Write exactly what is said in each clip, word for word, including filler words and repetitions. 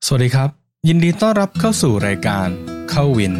สวัสดีครับยินดีต้อนรับเข้าสู่รายการเข้าวิน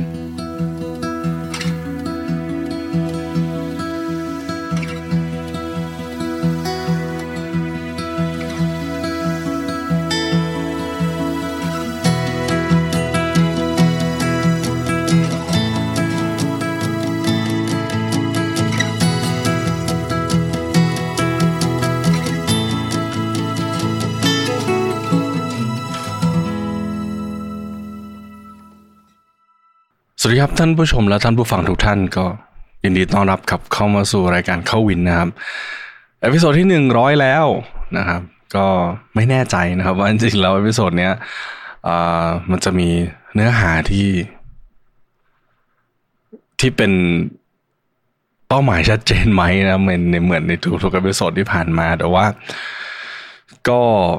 สวัสดีครับท่านผู้ชมและท่านผู้ฟังทุกท่านก็ยินดีต้อนรับครับเข้ามาสู่รายการเข้าวินนะครับเอพิโซดที่หนึ่งร้อยแล้วนะครับก็ไม่แน่ใจนะครับว่าจริงๆแล้วเอพิโซดเนี้ยอ่ามันจะมีเนื้อหาที่ที่เป็นเป้าหมายชัดเจนไหมนะเหมือนในเหมือนในทุกๆเอพิโซดที่ผ่านมาแต่ว่าก็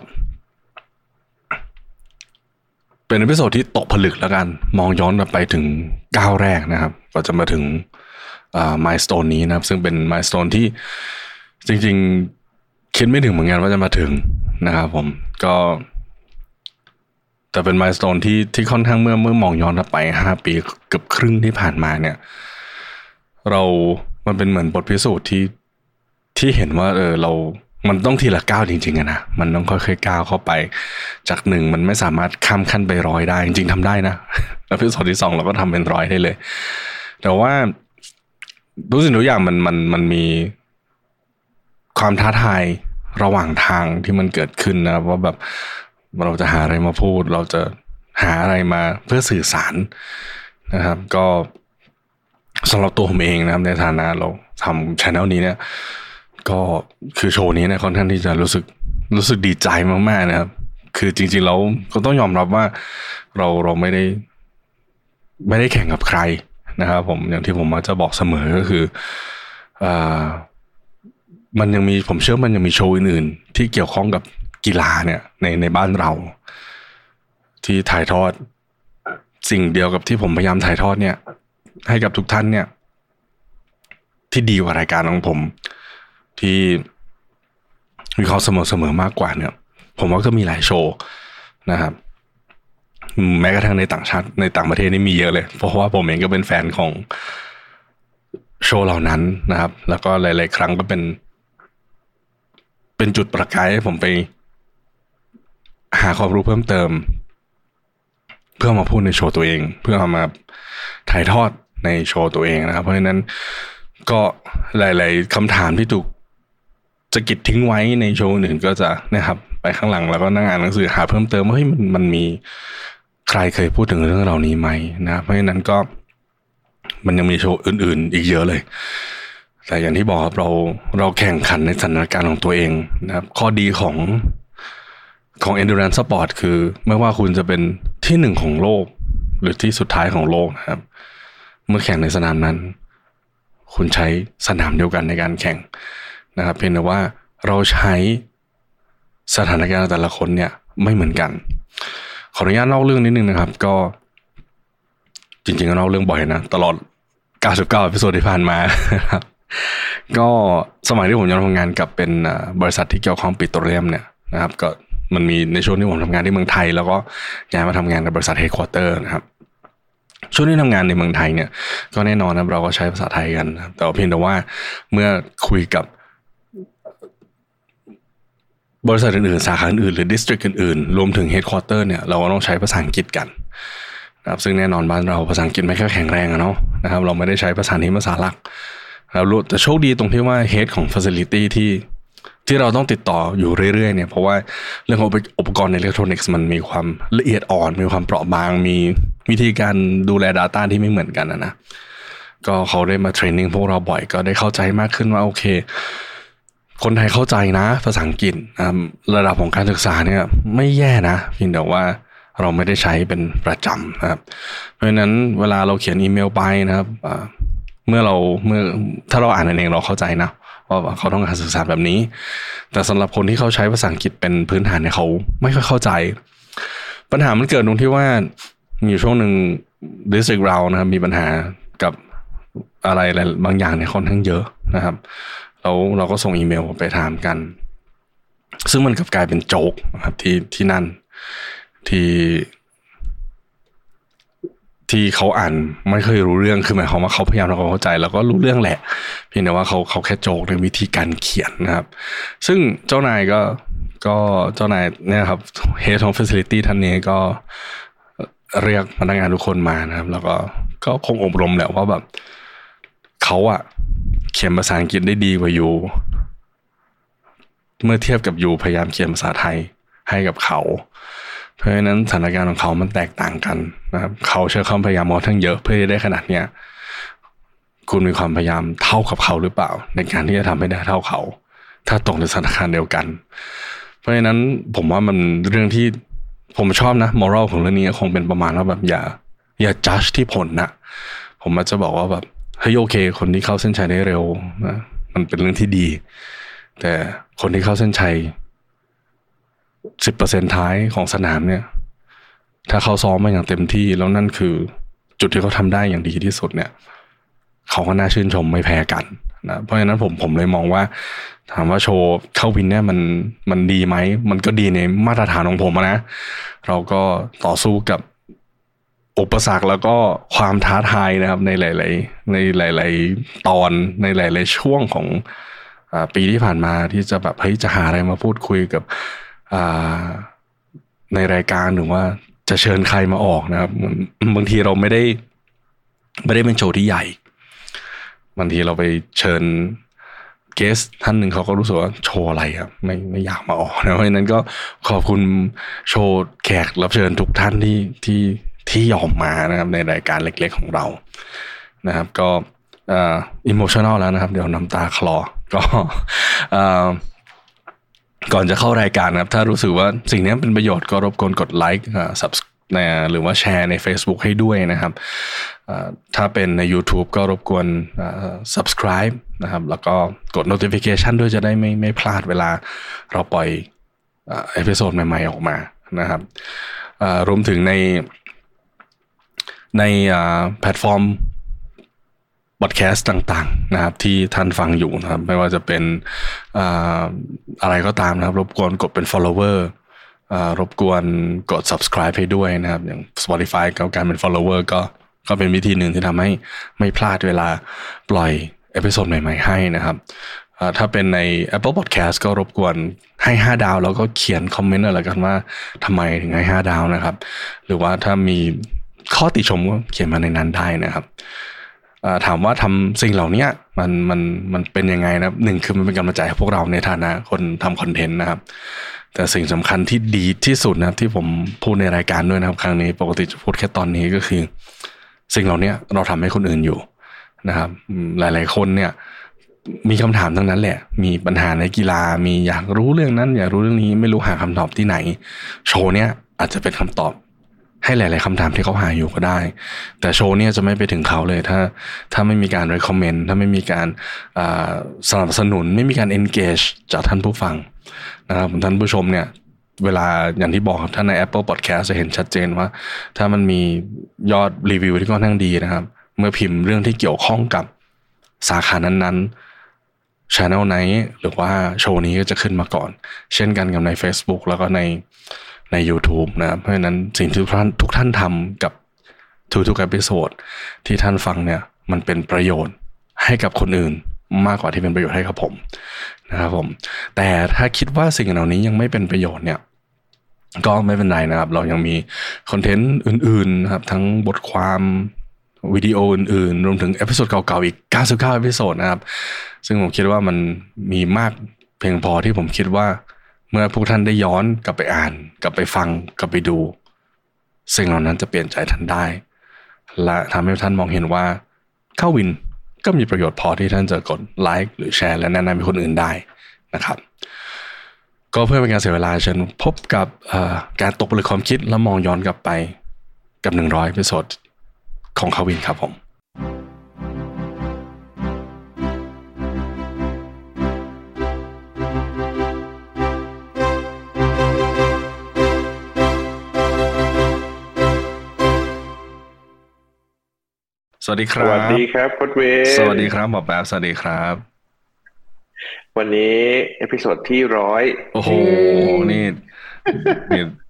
เป็นเอพิโซดที่ตกผลึกแล้วกันมองย้อนกลับไปถึงก้าวแรกนะครับก็จะมาถึงอ่า milestone นี้นะครับซึ่งเป็น milestone ที่จริงๆคิดไม่ถึงเหมือนกันว่าจะมาถึงนะครับผมก็แต่เป็น milestone ที่ที่ค่อนข้างเมื่อเมื่อมองย้อนกลับไปห้าปีเกือบครึ่งที่ผ่านมาเนี่ยเรามันเป็นเหมือนบทพิสูจน์ที่ที่เห็นว่าเออเรามันต้องทีละก้าวจริงๆอะนะมันต้องค่อยๆก้าวเข้าไปจากหนึ่งมันไม่สามารถข้ามขั้นไปร้อยได้จริงๆทำได้นะแล้วพิสูจน์ที่สองเราก็ทำเป็นร้อยได้เลยแต่ว่าทุกสิ่งทุกอย่างมันมันมันมีความท้าทายระหว่างทางที่มันเกิดขึ้นนะว่าแบบเราจะหาอะไรมาพูดเราจะหาอะไรมาเพื่อสื่อสารนะครับก็สำหรับตัวผมเองนะครับในฐานะเราทำ channel นี้เนี่ยก็คือโชว์นี้เนี่ยค่อนข้างที่จะรู้สึกรู้สึกดีใจมากๆนะครับคือจริงๆแล้วก็ต้องยอมรับว่าเราเราไม่ได้ไม่ได้แข่งกับใครนะครับผมอย่างที่ผมมักจะบอกเสมอก็คืออ่ามันยังมีผมเชื่อมันยังมีโชว์อื่นๆที่เกี่ยวข้องกับกีฬาเนี่ยในในบ้านเราที่ถ่ายทอดสิ่งเดียวกับที่ผมพยายามถ่ายทอดเนี่ยให้กับทุกท่านเนี่ยที่ดีกว่ารายการของผมที่มีความเสมอเสมอมากกว่าเนี่ยผมว่าก็มีหลายโชว์นะครับแม้กระทั่งในต่างชาติในต่างประเทศนี่มีเยอะเลยเพราะว่าผมเองก็เป็นแฟนของโชว์เหล่านั้นนะครับแล้วก็หลายๆครั้งก็เป็นเป็นจุดประกายให้ผมไปหาความรู้เพิ่มเติมเพื่อมาพูดในโชว์ตัวเองเพื่อเอามาถ่ายทอดในโชว์ตัวเองนะครับเพราะฉะนั้นก็หลายๆคำถามที่ถูกจะกิดทิ้งไว้ในโชว์อื่นก็จะนะครับไปข้างหลังแล้วก็นั่งอ่านหนังสือหาเพิ่มเติมว่าเฮ้ยมันมันมีใครเคยพูดถึงเรื่องเหล่านี้ไหมนะเพราะฉะนั้นก็มันยังมีโชว์อื่นๆอีกเยอะเลยแต่อย่างที่บอกครับเราเราแข่งขันในสถานการณ์ของตัวเองนะครับข้อดีของของ endurance sport คือไม่ว่าคุณจะเป็นที่หนึ่งของโลกหรือที่สุดท้ายของโลกนะครับเมื่อแข่งในสนามนั้นคุณใช้สนามเดียวกันในการแข่งนะครับเพียงแต่ว่าเราใช้สถานการณ์แต่ละคนเนี่ยไม่เหมือนกันขออนุญาตเล่าเรื่องนิดนึงนะครับก็จริงๆก็เล่าเรื่องบ่อยนะตลอดเก้าสิบเก้าอีพิโซดที่ผ่านมาครับก็สมัยที่ผมยังทำงานกับเป็นบริษัทที่เกี่ยวข้องปิโตรเลียมเนี่ยนะครับก็มันมีในช่วงที่ผมทำงานที่เมืองไทยแล้วก็ย้ายมาทำงานกับบริษัทเฮดควอเตอร์นะครับช่วงที่ทำงานในเมืองไทยเนี่ยก็แน่นอนนะเราก็ใช้ภาษาไทยกันแต่เพียงแต่ว่าเมื่อคุยกับบริษัทอื่นๆสาขาอื่นหรือ district อื่นๆรวมถึง headquarter เนี่ยเราก็ต้องใช้ภาษาอังกฤษกันนะครับซึ่งแน่นอนบ้านเราภาษาอังกฤษไม่ค่อยแข็งแรงอะเนาะนะครับเราไม่ได้ใช้ภาษานี้ภาษาหลักแล้วแต่โชคดีตรงที่ว่า head ของ facility ที่ที่เราต้องติดต่ออยู่เรื่อยๆเนี่ยเพราะว่าเรื่องของอุปกรณ์อิเล็กทรอนิกส์มันมีความละเอียดอ่อนมีความเปราะบางมีวิธีการดูแล data ที่ไม่เหมือนกันนะนะก็เขาได้มาเทรนนิ่งพวกเราบ่อยก็ได้เข้าใจมากขึ้นว่าโอเคคนไทยเข้าใจนะภาษาอังกฤษระดับของการศึกษาเนี่ยไม่แย่นะเพียงแต่ว่าเราไม่ได้ใช้เป็นประจำนะครับเพราะฉะนั้นเวลาเราเขียนอีเมลไปนะครับเมื่อเราเมื่อถ้าเราอ่านเองเราเข้าใจนะว่าเขาต้องการสื่อสารแบบนี้แต่สำหรับคนที่เขาใช้ภาษาอังกฤษเป็นพื้นฐานเนี่ยเขาไม่ค่อยเข้าใจปัญหามันเกิดตรงที่ว่ามีช่วงหนึ่ง district เรานะครับมีปัญหากับอะไรบางอย่างเนี่ยค่อนข้างเยอะนะครับแล้วเราก็ส่งอีเมลไปถามกันซึ่งมันกลับกลายเป็นโจ๊กนะครับที่ที่นั่นที่ที่เขาอ่านไม่เคยรู้เรื่องคือหมายความว่าเขาพยายามทำความเข้าใจแล้วก็รู้เรื่องแหละเพียงแต่ว่าเขาเขาแค่โจกในวิธีการเขียนนะครับซึ่งเจ้านายก็ก็เจ้านายเนี่ยครับ Head of Facility ท่านนี้ก็เรียกพนักงานทุกคนมานะครับแล้วก็ก็คงอบรมแหละว่าแบบเขาอะเขียนภาษาอังกฤษได้ดีกว่ายูเมื่อเทียบกับยูพยายามเขียนภาษาไทยให้กับเขาเพราะฉะนั้นสถานการณ์ของเขามันแตกต่างกันนะครับเขาใช้ความพยายามมอทั้งเยอะเพื่อจะได้ขนาดเนี้ยคุณมีความพยายามเท่ากับเขาหรือเปล่าในการที่จะทำให้ได้เท่าเขาถ้าตกในสถานการณ์เดียวกันเพราะฉะนั้นผมว่ามันเรื่องที่ผมชอบนะมอรัลของเรื่องนี้คงเป็นประมาณว่าแบบอย่าอย่าจัดที่ผลนะผมอาจจะบอกว่าแบบเฮ้ยโอเคคนที่เข้าเส้นชัยได้เร็วนะมันเป็นเรื่องที่ดีแต่คนที่เข้าเส้นชัย สิบเปอร์เซ็นต์ ท้ายของสนามเนี่ยถ้าเขาซ้อมมาอย่างเต็มที่แล้วนั่นคือจุดที่เขาทำได้อย่างดีที่สุดเนี่ยเขาก็น่าชื่นชมไม่แพ้กันนะเพราะฉะนั้นผมผมเลยมองว่าถามว่าโชว์เข้าวินเนี่ยมันมันดีไหมมันก็ดีในมาตรฐานของผมนะเราก็ต่อสู้กับอุปสรรคแล้วก็ความท้าทายนะครับในหลายๆในหลายๆตอนในหลายๆช่วงของอ่าปีที่ผ่านมาที่จะแบบเฮ้ยจะหาอะไรมาพูดคุยกับอ่าในรายการหรือว่าจะเชิญใครมาออกนะครับบางทีเราไม่ได้ไม่ได้เป็นโชว์ที่ใหญ่บางทีเราไปเชิญเกสท่านหนึ่งเขาก็รู้สึกว่าโชว์อะไรครับไม่ไม่อยากมาออกนะเพราะฉะนั้นก็ขอบคุณโชว์แขกรับเชิญทุกท่านที่ที่ที่ยอมมานะครับในรายการเล็กๆของเรานะครับก็อ่าอิโมชันนอลแล้วนะครับเดี๋ยวน้ำตาคลอก็อ่าก่อนจะเข้ารายการนะครับถ้ารู้สึกว่าสิ่งนี้เป็นประโยชน์ก็รบกวนกดไลค์อ่า Subscribe หรือว่าแชร์ใน Facebook ให้ด้วยนะครับถ้าเป็นใน YouTube ก็รบกวน Subscribe นะครับแล้วก็กด Notification ด้วยจะได้ไม่ไม่พลาดเวลาเราปล่อยเอพิโซดใหม่ๆออกมานะครับรวมถึงในในแพลตฟอร์มพอดแคสต์ต่างๆนะครับที่ท่านฟังอยู่นะครับไม่ว่าจะเป็นอะไรก็ตามนะครับรบกวนกดเป็น follower รบกวนกด subscribe ให้ด้วยนะครับอย่าง Spotify การเป็น follower ก็ก็เป็นวิธีหนึ่งที่ทำให้ไม่พลาดเวลาปล่อยเอพิโซดใหม่ๆให้นะครับถ้าเป็นใน Apple Podcast ก็รบกวนให้ห้าดาวแล้วก็เขียนคอมเมนต์อะไรกันว่าทำไมถึงให้ห้าดาวนะครับหรือว่าถ้ามีข้อติชมก็เขียนมาในนั้นได้นะครับถามว่าทำสิ่งเหล่านี้มันมันมันเป็นยังไงนะหนึ่งคือมันเป็นกำลังใจให้พวกเราในฐานะคนทำคอนเทนต์นะครับแต่สิ่งสำคัญที่ดีที่สุดนะครับที่ผมพูดในรายการด้วยนะครับครั้งนี้ปกติจะพูดแค่ตอนนี้ก็คือสิ่งเหล่านี้เราทำให้คนอื่นอยู่นะครับหลายๆคนเนี่ยมีคำถามทั้งนั้นแหละมีปัญหาในกีฬามีอยากรู้เรื่องนั้นอยากรู้เรื่องนี้ไม่รู้หาคำตอบที่ไหนโชว์เนี้ยอาจจะเป็นคำตอบให้หลายๆคำถามที่เขาหาอยู่ก็ได้แต่โชว์เนี่ยจะไม่ไปถึงเขาเลยถ้าถ้าไม่มีการ recommend ถ้าไม่มีการสนับสนุนไม่มีการ engage จากท่านผู้ฟังนะครับท่านผู้ชมเนี่ยเวลาอย่างที่บอกครับท่านใน Apple Podcast จะเห็นชัดเจนว่าถ้ามันมียอดรีวิวที่ค่อนข้างดีนะครับเมื่อพิมพ์เรื่องที่เกี่ยวข้องกับสาขานั้นๆ channel ไหนหรือว่าโชว์นี้ก็จะขึ้นมาก่อนเช่นกันกับใน Facebook แล้วก็ในใน YouTube นะครับเพราะฉะนั้นสิ่งที่ทุกท่านทุกท่านทำกับทุกๆ episode ที่ท่านฟังเนี่ยมันเป็นประโยชน์ให้กับคนอื่นมากกว่าที่เป็นประโยชน์ให้กับผมนะครับผมแต่ถ้าคิดว่าสิ่งเหล่านี้ยังไม่เป็นประโยชน์เนี่ยก็ไม่เป็นไรนะครับเรายังมีคอนเทนต์อื่นๆนะครับทั้งบทความวิดีโออื่นๆรวมถึงเอพิโซดเก่าๆอีกเก้าสิบเก้าเอพิโซดนะครับซึ่งผมคิดว่ามันมีมากเพียงพอที่ผมคิดว่าเมื่อพวกท่านได้ย้อนกลับไปอ่านกลับไปฟังกลับไปดูสิ่งเหล่านั้นจะเปลี่ยนใจท่านได้และทำให้ท่านมองเห็นว่าเข้าวินก็มีประโยชน์พอที่ท่านจะกดไลค์หรือแชร์และแนะนำให้คนอื่นได้นะครับก็เพื่อเป็นการเสียเวลาเชิญพบกับการตกผลึกความคิดและมองย้อนกลับไปกับหนึ่งร้อยเอพิโซดของเข้าวินครับผมสวัสดีครับสวัสดีครับโค้ชเวสวัสดีครับหมอแป๊บสวัสดีครับวันนี้เอพิโซดที่ร้อยโอ้โหนี่นี่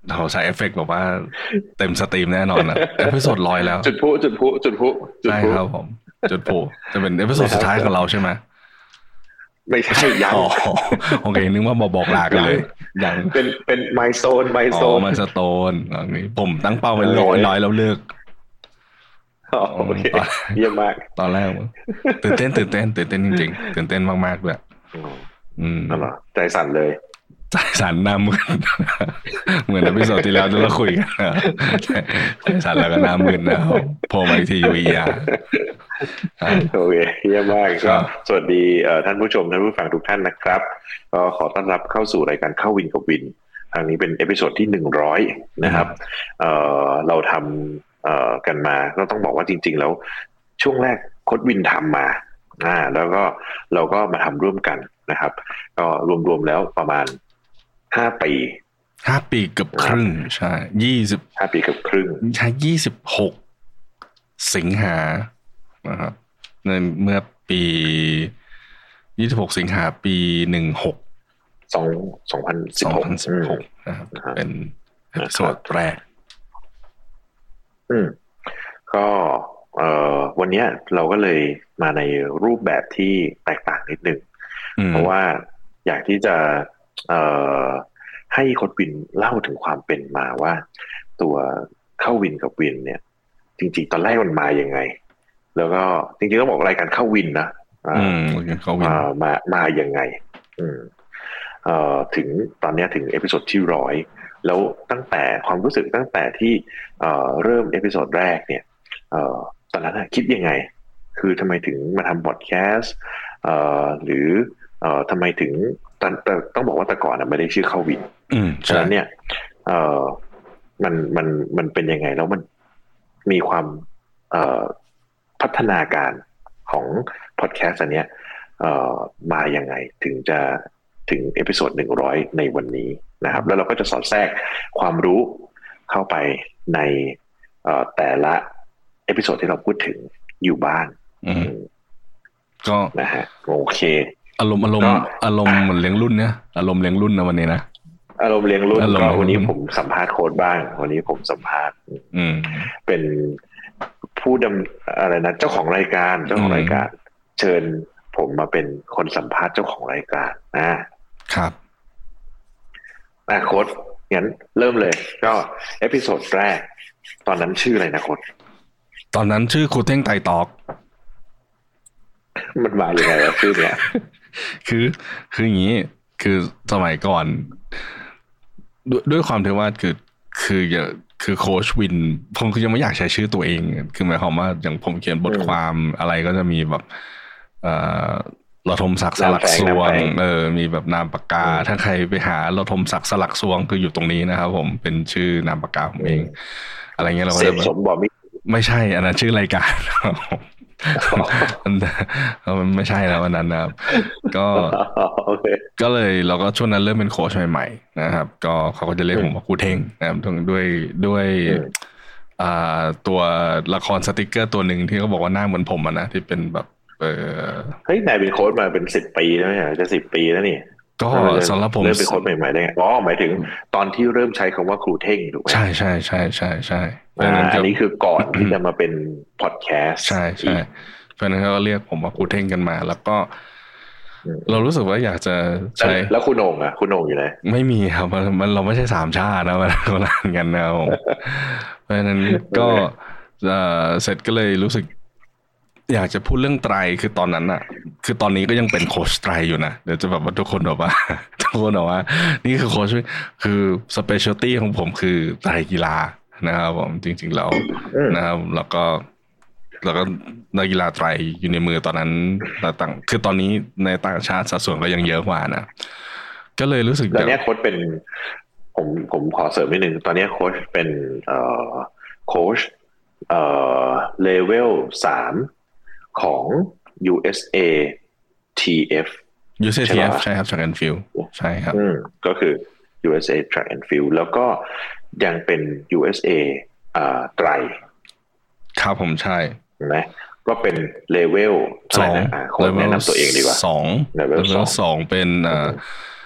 เราใช้เอฟเฟกต์แบบว่าเต็มสตรีมแน่นอนนะเอพิโซดร้อยแล้วจุดพลุจุดพลุจุดพลุจุดใช่พลุครับผมจุดโผล่จะเป็นเอพิโซดนะครับสุดท้ายของเราใช่ไหมไม่ใช่ยังอ๋อโอเคนึกว่าบอกบอกลากันยังเลยยังเป็นเป็นไมล์โซนไมล์อ๋อโซนมาสโตนอันนี้ผมตั้งเป้าเอไว้ร้อยร้อยอแล้วเลิกอ๋ออ๋อโอเคตอนเยี่ยมมากตอนแรกตื่นเต้นตื่นเต้นตื่นเต้นจริงๆตื่นเต้นมากๆเลยอ๋ออืมนั่นเหรอใจสั่นเลยใจสั่นหน้ามึนเหมือนในพิโซดที่แล้วที่เราคุยกันนะใจสั่นแล้วก็หน้ามึนนะครับโผล่มาอีกทีวีอ่ะโอเคเยี่ยมมากก็ครับสวัสดีเอ่อท่านผู้ชมท่านผู้ฟังทุกท่านนะครับก็ขอต้อนรับเข้าสู่รายการเข้าวินกับวินทางนี้เป็นเอพิโซดที่หนึ่งร้อยนะครับเอ่อเราทำเอ่อกันมาก็ต้องบอกว่าจริงๆแล้วช่วงแรกโค้ชวินทำมาอ่าแล้วก็เราก็มาทำร่วมกันนะครับก็รวมๆแล้วประมาณห้าปีห้าปีเกือบครึ่งใช่ยี่สิบห้าปีเกือบครึ่งใช่ยี่สิบหกสิงหานะครับในเมื่อปียี่สิบหกสิงหาปีหนึ่งหกสองสองพันสิสองบหกพันสิบหกนะครับเป็นเอพิโซดแรกอืมก็เอ่อวันนี้เราก็เลยมาในรูปแบบที่แตกต่างนิดนึงเพราะว่าอยากที่จะเอ่อให้โค้ชวินเล่าถึงความเป็นมาว่าตัวเข้าวินกับวินเนี่ยจริงๆตอนแรกมันมายังไงแล้วก็จริงๆต้องบอกรายการเข้าวินนะอืมเข้าวินมามามายังไงอืมเอ่อถึงตอนนี้ถึงเอพิโซดที่ร้อยแล้วตั้งแต่ความรู้สึกตั้งแต่ที่เอ่อเริ่มเอพิโซดแรกเนี่ยเอ่อตอนนั้นคิดยังไงคือทำไมถึงมาทำพอดแคสต์เอ่อหรือเอ่อทำไมถึงแต่ต้องบอกว่าแต่ก่อนไม่ได้ชื่อเข้าวินฉะนั้นเนี่ยเอ่อมันมันมันเป็นยังไงแล้วมันมีความเอ่อพัฒนาการของพอดแคสต์อันเนี้ยเอ่อมายังไงถึงจะถึงเอพิโซดหนึ่งร้อยในวันนี้นะครับแล้วเราก็จะสอดแทรกความรู้เข้าไปในเอ่อแต่ละเอพิโซดที่เราพูดถึงอยู่บ้านก็นะฮะโอเคอารมณ์อารมณ์อารมณ์เหมือนเลี้ยงรุ่นเนี่ยอารมณ์เลี้ยงรุ่นนะวันนี้นะอารมณ์เลี้ยงรุ่นก็วันนี้ผมสัมภาษณ์โค้ดบ้างวันนี้ผมสัมภาษณ์เป็นผู้ดำอะไรนะเจ้าของรายการเจ้าของรายการเชิญผมมาเป็นคนสัมภาษณ์เจ้าของรายการนะครับอ่ะโค้ดงั้นเริ่มเลยก็เอพิโซดแรกตอนนั้นชื่ออะไรนะโค้ดตอนนั้นชื่อครูเท่งไต่ตอกมันมาอย่างไรวะชื่อเนี้ยคือคืออย่างนี้คือสมัยก่อนด้วยด้วยความที่ว่าคือคืออย่าคือโค้ชวินผมคือยังไม่อยากใช้ชื่อตัวเองคือหมายความว่าอย่างผมเขียนบทความอะไรก็จะมีแบบเอ่อระทมศักดิ์สลักสวงเออมีแบบนามปากกาถ้าใครไปหาระทมศักดิ์สลักสวงคืออยู่ตรงนี้นะครับผมเป็นชื่อนามปากกาผมเองอะไรเงี้ยเราก็จะแบบไม่ใช่อันนั้นชื่อรายการมันไม่ใช่แล้ววันนั้นนะครับก็ก็เลยเราก็ช่วงนั้นเริ่มเป็นโค้ชใหม่ๆนะครับก็เขาก็จะเรียกผมว่าครูเท่งนะครับด้วยด้วยอ่าตัวละครสติกเกอร์ตัวหนึ่งที่เขาบอกว่าหน้าเหมือนผมอะนะที่เป็นแบบเออเฮ้ยนายเป็นโค้ชมาเป็นสิบปีแล้วเนี่ยจะสิบปีแล้วนี่ก็สำหรับผมเริ่มเป็นโค้ชใหม่ๆได้ไงอ๋อหมายถึงตอนที่เริ่มใช้คำว่าครูเท่งถูกไหมใช่ใช่ใช่ใช่ใช่อันนี้คือก่อนที่จะมาเป็นพอดแคสต์ใช่ใช่เพราะนั้นเขาเรียกผมว่าครูเท่งกันมาแล้วก็เรารู้สึกว่าอยากจะใช้แล้วคุณโหน่งอ่ะคุณโหน่งอยู่ไหนไม่มีครับมันเราไม่ใช่สามชาตินะมันคนละกันนะเพราะฉะนั้นก็เสร็จก็เลยรู้สึกอยากจะพูดเรื่องไตรคือตอนนั้นอะคือตอนนี้ก็ยังเป็นโค้ชไตรอยู่นะเดี๋ยวจะแบบว่าทุกคนบอกว่าทุกคนบอกว่านี่คือโค้ชคือสเปเชียลตี้ของผมคือไตรกีฬานะครับผมจริงๆแล้วนะครับแล้วก็แล้วก็นักกีฬาไตรอยู่ในมือตอนนั้นต่างคือตอนนี้ในต่างชาติสัดส่วนก็ยังเยอะกว่านะก็เลยรู้สึกตอนนี้โค้ชเป็นผมผมขอเสริมนิดนึงตอนนี้โค้ชเป็นเอ่อโค้ชเอ่อเลเวลสามของ ยู เอส เอ ที เอฟยู เอส เอ ที เอฟ ใช่ครับ Track and Field ใช่ครับอืมก็คือ ยู เอส เอ Track and Field แล้วก็ยังเป็น ยู เอส เอ อ่าไตรครับผมใช่นะก็เป็นเลเวลสองคนแนะนำตัวเองดีกว่าสองเลเวลสองเป็นอ่า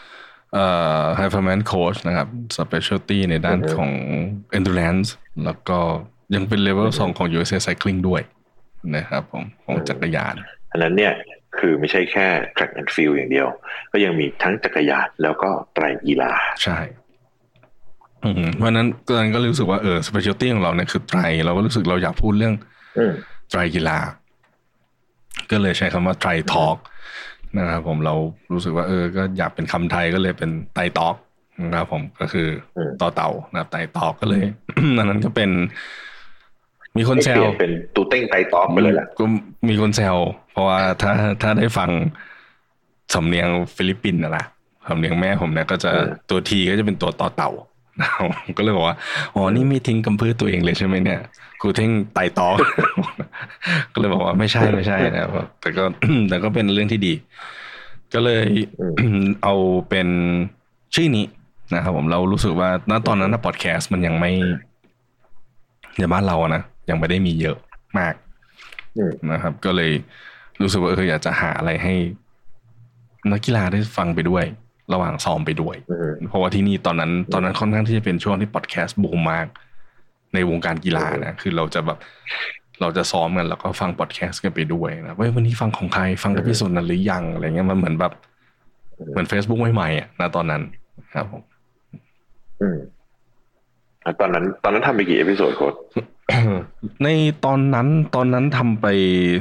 เอ่อ high performance coach นะครับ specialty ในด้านของ endurance แล้วก็ยังเป็น level สองของ ยู เอส เอ Cycling ด้วยนะครับผมของจักรยานอันนั้นเนี่ยคือไม่ใช่แค่ track and field อย่างเดียวก็ยังมีทั้งจักรยานแล้วก็ไตรกีฬาใช่เพราะนั้นตอนนั้นก็รู้สึกว่าเออ specialty ของเราเนี่ยคือไตรเราก็รู้สึกเราอยากพูดเรื่องไตรกีฬาก็เลยใช้คำว่าไตรทอล์กนะครับผมเรารู้สึกว่าเออก็อยากเป็นคำไทยก็เลยเป็นไตรทอล์กนะครับผมก็คือต่อเต่านะไตรทอล์กก็เลยอันนั้นก็เป็นมีคนแซวเป็นตูเต้งไตรทอล์กไปเลยแหละก็มีคนแซวเพราะว่าถ้าถ้าได้ฟังสำเนียงฟิลิปปินส์นะล่ะสำเนียงแม่ผมเนี่ยก็จะตัวทีก็จะเป็นตัวต่อเต่าก็เลยบอกว่าอ๋อนี่ไม่ทิ้งกำพืชตัวเองเลยใช่ไหมเนี่ยครูเท่งไต่ตอก็เลยบอกว่าไม่ใช่ไม่ใช่นะครับแต่ก็แต่ก็เป็นเรื่องที่ดีก็เลยเอาเป็นชื่อนี้นะครับผมเรารู้สึกว่าณตอนนั้นนะพอดแคสต์มันยังไม่ในบ้านเรานะยังไม่ได้มีเยอะมากนะครับก็เลยรู้สึกว่าเอออยากจะหาอะไรให้นักกีฬาได้ฟังไปด้วยระหว่างซ้อมไปด้วยเพราะว่าที่นี่ตอนนั้นตอนนั้นค่อนข้างที่จะเป็นช่วงที่พอดแคสต์บูมมากในวงการกีฬานะคือเราจะแบบเราจะซ้อมกันแล้วก็ฟังพอดแคสต์กันไปด้วยนะว่าวันนี้ฟังของใครฟังกับพี่สุนนั้นหรือยังอะไรเงี้ยมันเหมือนแบบเหมือน Facebook ใหม่ๆอ่ะนะตอนนั้นครับผมอืมตอนนั้นตอนนั้นทำไปกี่เอพิโซดโค้ดในตอนนั้นตอนนั้นทำไป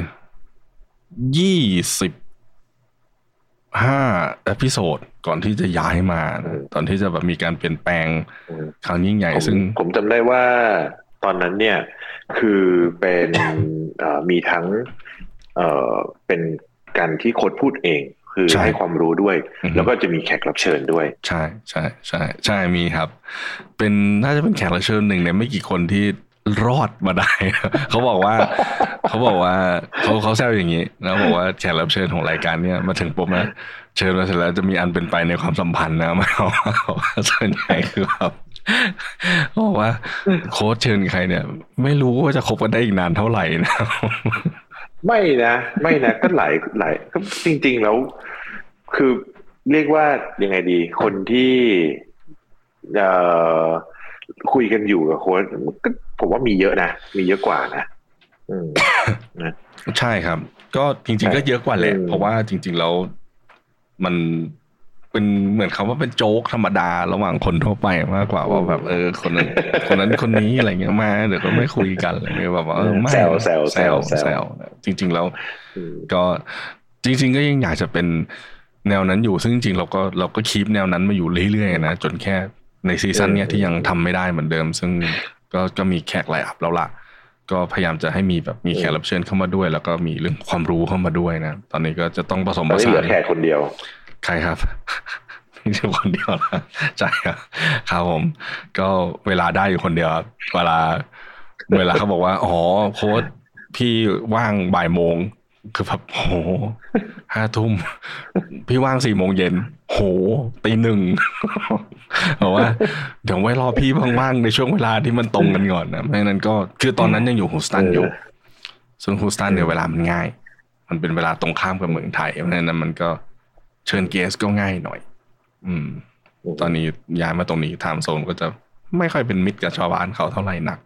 ยี่สิบห้าเอพิโซดก่อนที่จะย้ายมาตอนที่จะแบบมีการเปลี่ยนแปลงครั้งยิ่งใหญ่ซึ่งผมจำได้ว่าตอนนั้นเนี่ยคือเป็นมีทั้งเอ่อเป็นการที่โค้ดพูดเองคือให้ความรู้ด้วยแล้วก็จะมีแขกรับเชิญด้วยใช่ใช่ใช่ใช่มีครับเป็นน่าจะเป็นแขกรับเชิญหนึ่งในไม่กี่คนที่รอดมาได้เขาบอกว่าเขาบอกว่าเขาเขาแซวอย่างนี้แล้วบอกว่าแขกรับเชิญของรายการเนี้ยมาถึงปุ๊บนะเชิญมาเสร็จแล้วจะมีอันเป็นไปในความสัมพันธ์นะไม่เอาส่วนใหญ่คือแบบเขาบอกว่าโค้ชเชิญใครเนี่ยไม่รู้ว่าจะคบกันได้อีกนานเท่าไหร่นะไม่นะไม่นะก็หลายหลายก็จริงๆแล้วคือเรียกว่ายังไงดีคนที่เอ่อคุยกันอยู่กับโค้ชก็ผมว่ามีเยอะนะมีเยอะกว่านะอืมนะใช่ครับก็จริงๆก็เยอะกว่าแหละเพราะว่าจริงๆแล้วมันเป็นเหมือนคำว่าเป็นโจ๊กธรรมดาระหว่างคนทั่วไปมากกว่าว่าแบบเออคนนั้นคนนั้นคนนี้อะไรเงี้ยมาเดี๋ยวก็ไม่คุยกันอะไรเงี้ยแบบว่าเออไม่แซวแซวแซวแซวจริงๆแล้วก็จริงๆก็ยังอยากจะเป็นแนวนั้นอยู่ซึ่งจริงๆเราก็เราก็คีปแนวนั้นมาอยู่เรื่อยๆนะจนแค่ในซีซั่นเนี้ยที่ยังทำไม่ได้เหมือนเดิมซึ่งก็ก็มีแขกไลน์อัพแล้วล่ะก็พยายามจะให้มีแบบมีแขกรับเชิญเข้ามาด้วยแล้วก็มีเรื่องความรู้เข้ามาด้วยนะตอนนี้ก็จะต้องผสมผสานเหลือแขกคนเดียวใครครับมีแค่คนเดียวนะใช่ครับครับผมก็เวลาได้อยู่คนเดียวเวลาเวลาเขาบอกว่าอ๋อโค้ชพี่ว่างบ่ายโมงคือแบบโหห้าทุ่มพี่ว่างสี่โมงเย็นโหตีหนึ่งบอกว่าเดี๋ยวไว้รอพี่ว่างๆในช่วงเวลาที่มันตรงกันก่อนนะไม่นั้นก็คือตอนนั้นยังอยู่ฮูสตันอยู่ซึ่งฮูสตันเนี่ยเวลามันง่ายมันเป็นเวลาตรงข้ามกับเมืองไทยเพราะฉะนั้นมันก็เชิญเกสก็ง่ายหน่อยอืมตอนนี้ย้ายมาตรงนี้ไทม์โซนก็จะไม่ค่อยเป็นมิตรกับชาวบ้านเขาเท่าไหร่นัก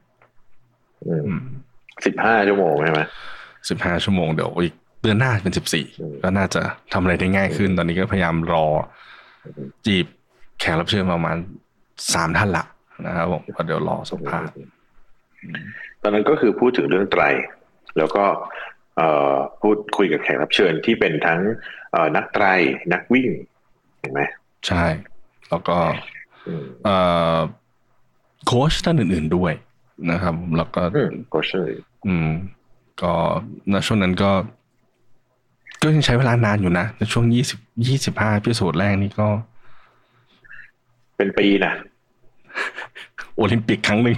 สิบห้าชั่วโมงใช่ไหมสิบห้าชั่วโมงเดี๋ยวอีกเดือนหน้าเป็นสิบสี่ก็น่าจะทำอะไรได้ง่ายขึ้นตอนนี้ก็พยายามรอจีบแขกรับเชิญประมาณสามท่านละนะครับผมก็เดี๋ยวรอสัมภาษณ์ตอนนั้นก็คือพูดถึงเรื่องไตรแล้วก็พูดคุยกับแขกรับเชิญที่เป็นทั้งนักไตรนักวิ่งเห็นไหมใช่แล้วก็โค้ชท่านอื่นๆด้วยนะครับแล้วก็โค้ชอืมก็ในช่วงนั้นก็ก็ยังใช้เวลานานอยู่นะในช่วงยี่สิบ ยี่สิบห้าเอพิโซดแรกนี่ก็เป็นปีนะโอลิมปิกครั้งหนึ่ง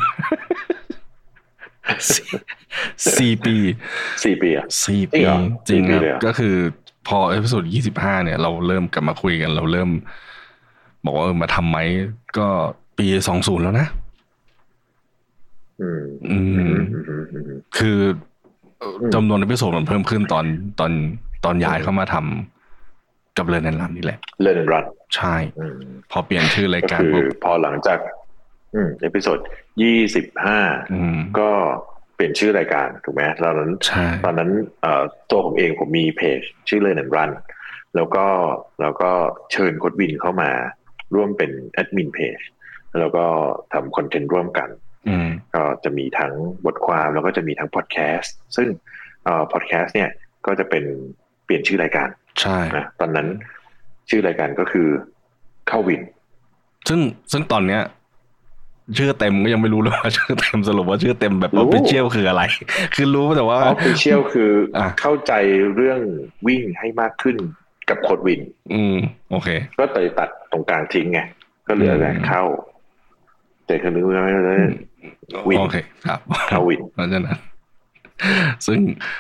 สี่ปีสี่ปีอ่ะสี่ปีจริงครับก็คือพอเอพิโซดยี่สิบห้าเนี่ยเราเริ่มกลับมาคุยกันเราเริ่มบอกว่าเออมาทำไหมก็ปีสองศูนย์แล้วนะอืมอืมคือจำนวนเอพิโซดมันเพิ่มขึ้นตอนตอนตอนย้ายเข้ามาทกับ Learn and Run นี่แหละ Learn and Run ใช่พอเปลี่ยนชื่อรายการคือพอหลังจากอืมเอพิโซดยี่สิบห้าก็เปลี่ยนชื่อรายการถูกไหมตอนนั้นตอนนั้นเอ่อตัวผมเองผมมีเพจชื่อ Learn and Run แล้วก็แล้วก็เชิญโค้ชวินเข้ามาร่วมเป็นแอดมินเพจแล้วก็ทำคอนเทนต์ร่วมกันก็จะมีทั้งบทความแล้วก็จะมีทั้งพอดแคสต์ซึ่งเอ่อพอดแคสต์เนี่ยก็จะเป็นเปลี่ยนชื่อรายการใช่นะตอนนั้นชื่อรายการก็คือเข้าวินซึ่งซึ่งตอนเนี้ยชื่อเต็มก็ยังไม่รู้เลยว่าชื่อเต็มสรุปว่าชื่อเต็มแบบ official คืออะไรคือรู้แต่ว่า official คือเข้าใจเรื่องวิ่งให้มากขึ้นกับโค้ชวินอืมโอเคก็เลยตัดตรงกลางทิ้งไงก็เหลือแต่เข้าแต่คือรู้ไหมว่าวินโอเคครับเข้าวินเพราะฉะนั้นซึ่ง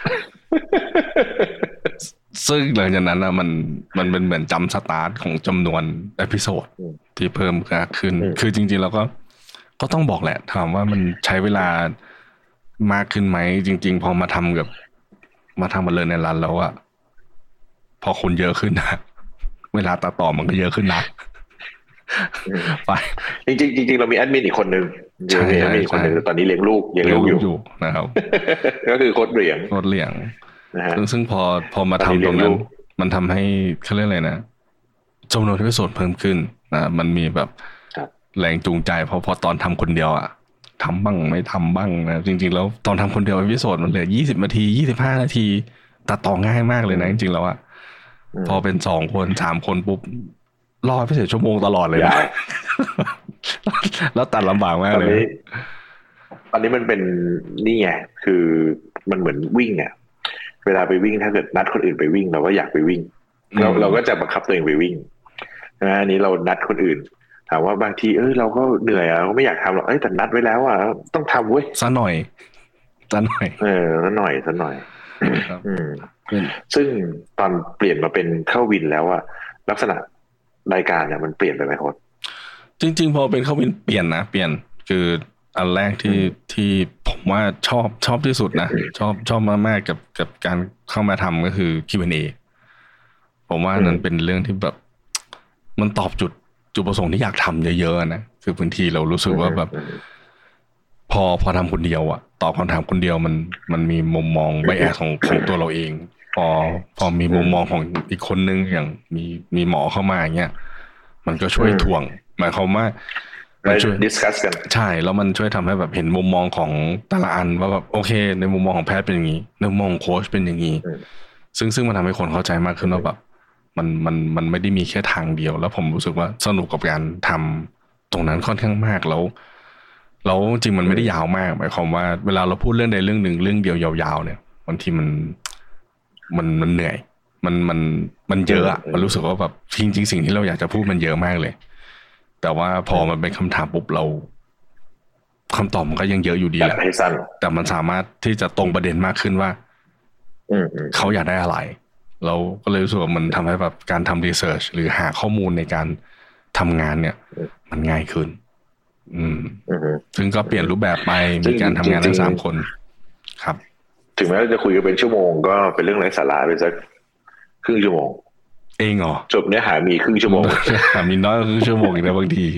ซึ่งหลังจากนั้นนะมันมันเป็นเหมือนจำสตาร์ทของจำนวนเอพิโซดที่เพิ่มขึ้นคือจริงๆแล้วก็ก็ต้องบอกแหละถามว่ามันใช้เวลามากขึ้นไหมจริงๆพอมาทำกับมาทำมาเลยในร้านแล้วอะพอคนเยอะขึ้นนะเวลาตัดต่อมันก็เยอะขึ้นนะไปจริงๆจริงๆเรามีแอดมินอีกคนนึงใช่แอดมินคนนึงตอนนี้เลี้ยงลูกเลี้ยงลูกอยู่นะครับก็คือโค้ชเหลียงโค้ชเหลียงซึ่งซึ่งพอพอมาทำตรงนั้นมันทำให้เขาเรียกอะไรนะจำนวนเอพิโซดเพิ่มขึ้นนะมันมีแบบแรงจูงใจเพราะพอตอนทำคนเดียวอะทำบ้างไม่ทำบ้างนะจริงๆแล้วตอนทำคนเดียวเอพิโซดมันเหลือยี่สิบนาทียี่สิบห้านาทีตัดต่อง่ายมากเลยนะจริงๆแล้วอะพอเป็นสองคนสามคนปุ๊บรอพิเศษชั่วโมงตลอดเลยนะแล้วตัดลำบากมากเลยตอนนี้มันเป็นนี่ไงคือมันเหมือนวิ่งเนี่ยเวลาไปวิ่งถ้าเกิดนัดคนอื่นไปวิ่งเราก็อยากไปวิ่งเราเราก็จะบังคับตัวเองไปวิ่งนะอันนี้เรานัดคนอื่นถามว่าบางทีเออเราก็เหนื่อยอ่ะก็ไม่อยากทำหรอกเอ้ยแต่นัดไว้แล้วอ่ะต้องทำเว้ยซะหน่อยซะหน่อยเออซะหน่อยซะหน่อยอืมซึ่งตอนเปลี่ยนมาเป็นเข้าวินแล้วอ่ะลักษณะรายการเนี่ยมันเปลี่ยนไปไหมโค้ชจริงๆพอเป็นเข้าวินเปลี่ยนนะเปลี่ยนคืออันแรกที่ที่ผมว่าชอบชอบที่สุดนะชอบชอบมากๆกับกับการเข้ามาทำก็คือ คิว แอนด์ เอ ผมว่านั้นเป็นเรื่องที่แบบมันตอบจุดจุดประสงค์ที่อยากทำเยอะๆนะคือบางทีเรารู้สึกว่าแบบพอพอทำคนเดียวอะตอบคำถามคนเดียวมันมันมีมุมมองไบแอสของของตัวเราเองพอพอมีมุมมองของอีกคนนึงอย่างมีมีหมอเข้ามาอย่างเงี้ยมันก็ช่วยถ่วงหมายความว่ามันช่วยดิสคัสกันใช่แล้วมันช่วยทำให้แบบเห็นมุมมองของแต่ละอันว่าแบบโอเคในมุมมองของแพทย์เป็นอย่างนี้ในมุมมองของโค้ชเป็นอย่างนี้ซึ่งซึ่งมันทำให้คนเข้าใจมากขึ้นว่าแบบมันมันมันไม่ได้มีแค่ทางเดียวแล้วผมรู้สึกว่าสนุกกับการทำตรงนั้นค่อนข้างมากแล้วแล้วจริงมันไม่ได้ยาวมากหมายความว่าเวลาเราพูดเรื่องใดเรื่องหนึ่งเรื่องเดียวยาวๆเนี่ยบางทีมันมันมันเหนื่อยมันมันมันเยอะอะมันรู้สึกว่าแบบจริงๆสิ่งที่เราอยากจะพูดมันเยอะมากเลยแต่ว่าพอมันเป็นคำถามปุ๊บเราคำตอบมันก็ยังเยอะอยู่ดีแหละแต่มันสามารถที่จะตรงประเด็นมากขึ้นว่าเขาอยากได้อะไรเราก็เลยรู้สึกว่ามันทำให้แบบการทำรีเสิร์ชหรือหาข้อมูลในการทำงานเนี่ยมันง่ายขึ้นอืมซึ่งก็เปลี่ยนรูปแบบไปมีการทำงานทั้งสามคนครับถึงแม้จะคุยกันเป็นชั่วโมงก็เป็นเรื่องไร้สาระไปสักครึ่งชั่วโมงเองเหรอจบเนื้อหามีครึ่งชั่วโมงหามีน้อยครึ่งชั่วโมงอีกแล้วบางที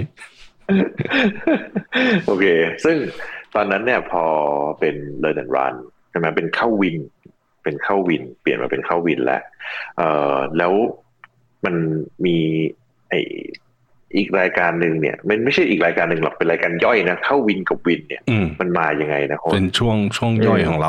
โอเคซึ่งตอนนั้นเนี่ยพอเป็น Learn and Run ใช่ไหมเป็นเข้าวินเป็นเข้าวินเปลี่ยนมาเป็นเข้าวินแล้วเอ่อแล้วมันมีไออีกรายการหนึ่งเนี่ยมันไม่ใช่อีกรายการหนึ่งหรอกเป็นรายการย่อยนะเข้าวินกับวินเนี่ยมันมายังไงนะเป็นช่วงช่วงย่อยของเรา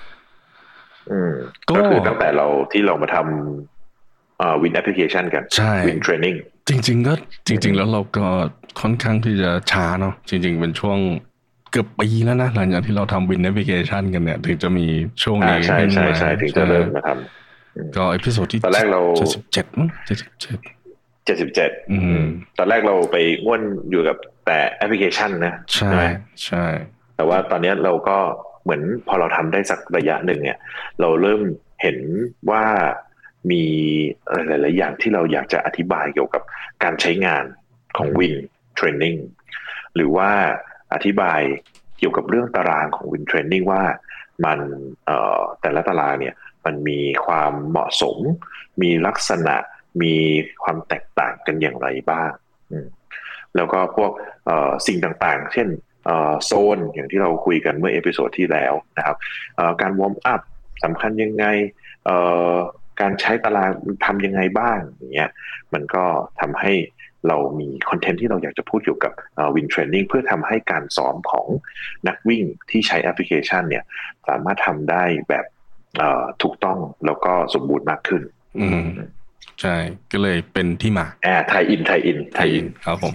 ก็คือตั้งแต่เราที่เรามาทำอ่าวินแอปพลิเคชันกันวินเทรนนิ่งจริงๆก็จริงๆแล้วเราก็ค่อนข้างที่จะช้าเนาะจริงๆเป็นช่วงเกือบปีแล้วนะหลังจากที่เราทำวินแอปพลิเคชันกันเนี่ยถึงจะมีช่วงนี้ใช่ใช่ใช่ถึงจะเริ่มมาทำก็เอพิโซดที่ตอนแรกเราเจ็ดสิบเจ็ดมั้งเจ็ดสิบเจ็ดเจ็ดสิบเจ็ดตอนแรกเราไปง่วนอยู่กับแต่แอปพลิเคชันนะใช่ใช่แต่ว่าตอนนี้เราก็เหมือนพอเราทำได้สักระยะหนึ่งเนี่ยเราเริ่มเห็นว่ามีหลายๆอย่างที่เราอยากจะอธิบายเกี่ยวกับการใช้งานของวินเทรนนิ่งหรือว่าอธิบายเกี่ยวกับเรื่องตารางของวินเทรนนิ่งว่ามันแต่ละตารางเนี่ยมันมีความเหมาะสมมีลักษณะมีความแตกต่างกันอย่างไรบ้างแล้วก็พวกสิ่งต่างๆเช่นโซนอย่างที่เราคุยกันเมื่อเอพิโซดที่แล้วนะครับการวอร์มอัพสำคัญยังไงการใช้ตารางทำยังไงบ้างอย่างเงี้ยมันก็ทำให้เรามีคอนเทนต์ที่เราอยากจะพูดเกี่ยวกับวินเทรนนิ่งเพื่อทำให้การซ้อมของนักวิ่งที่ใช้แอปพลิเคชันเนี่ยสามารถทำได้แบบถูกต้องแล้วก็สมบูรณ์มากขึ้นอืมใช่ก็เลยเป็นที่มาอ่าไทยอินไทยอินไทยอินครับผม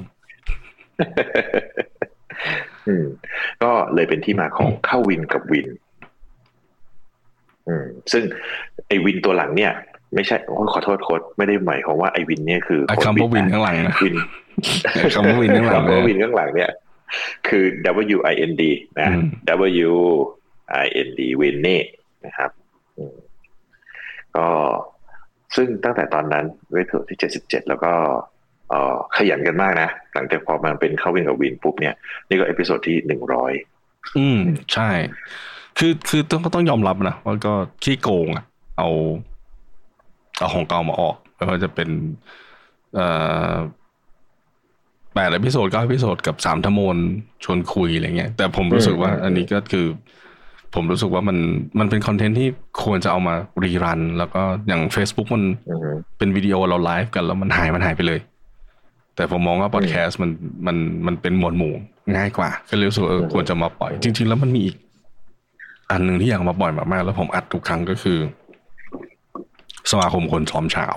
อืมก็เลยเป็นที่มาของเข้าวินกับวินอืมซึ่งไอวินตัวหลังเนี่ยไม่ใช่ขอโทษโค้ดไม่ได้หมายความว่าไอวินเนี่ยคือคำว่าวินข้างหลังนะวินคำว่าวินข้างหลังคำว่าวินข้างหลังเนี่ยคือ W I N D นะ W I N D วินนี่นะครับก็ซึ่งตั้งแต่ตอนนั้นเวทที่เจ็ดสิบเจ็ดแล้วก็เอ่อขยันกันมากนะหลังจากพอมันเป็นเข้าวินกับวินปุ๊บเนี่ยนี่ก็เอพิโซดที่หนึ่งร้อยอืมใช่คือคือต้องก็ต้องยอมรับนะว่าก็ขี้โกงอ่ะเอาเอาของเก่ามาออกไม่ว่าจะเป็นเอ่อแปดเอพิโซดเก้าเอพิโซดกับสามทมนชวนคุยอะไรเงี้ยแต่ผมรู้สึกว่าอันนี้ก็คือผมรู้สึกว่ามันมันเป็นคอนเทนต์ที่ควรจะเอามารีรันแล้วก็อย่าง Facebook มันเป็นวิดีโอเราไลฟ์กันแล้วมันหายมันหายไปเลยแต่ผมมองว่าพอดแคสต์มันมันมันเป็นหมวดหมู่ง่ายกว่าก็เลยรู้สึกว่าควรจะมาปล่อยจริงๆแล้วมันมีอีกอันนึงที่อยากมาปล่อยมากๆแล้วผมอัดทุกครั้งก็คือสมาคมคนซ้อมเช้า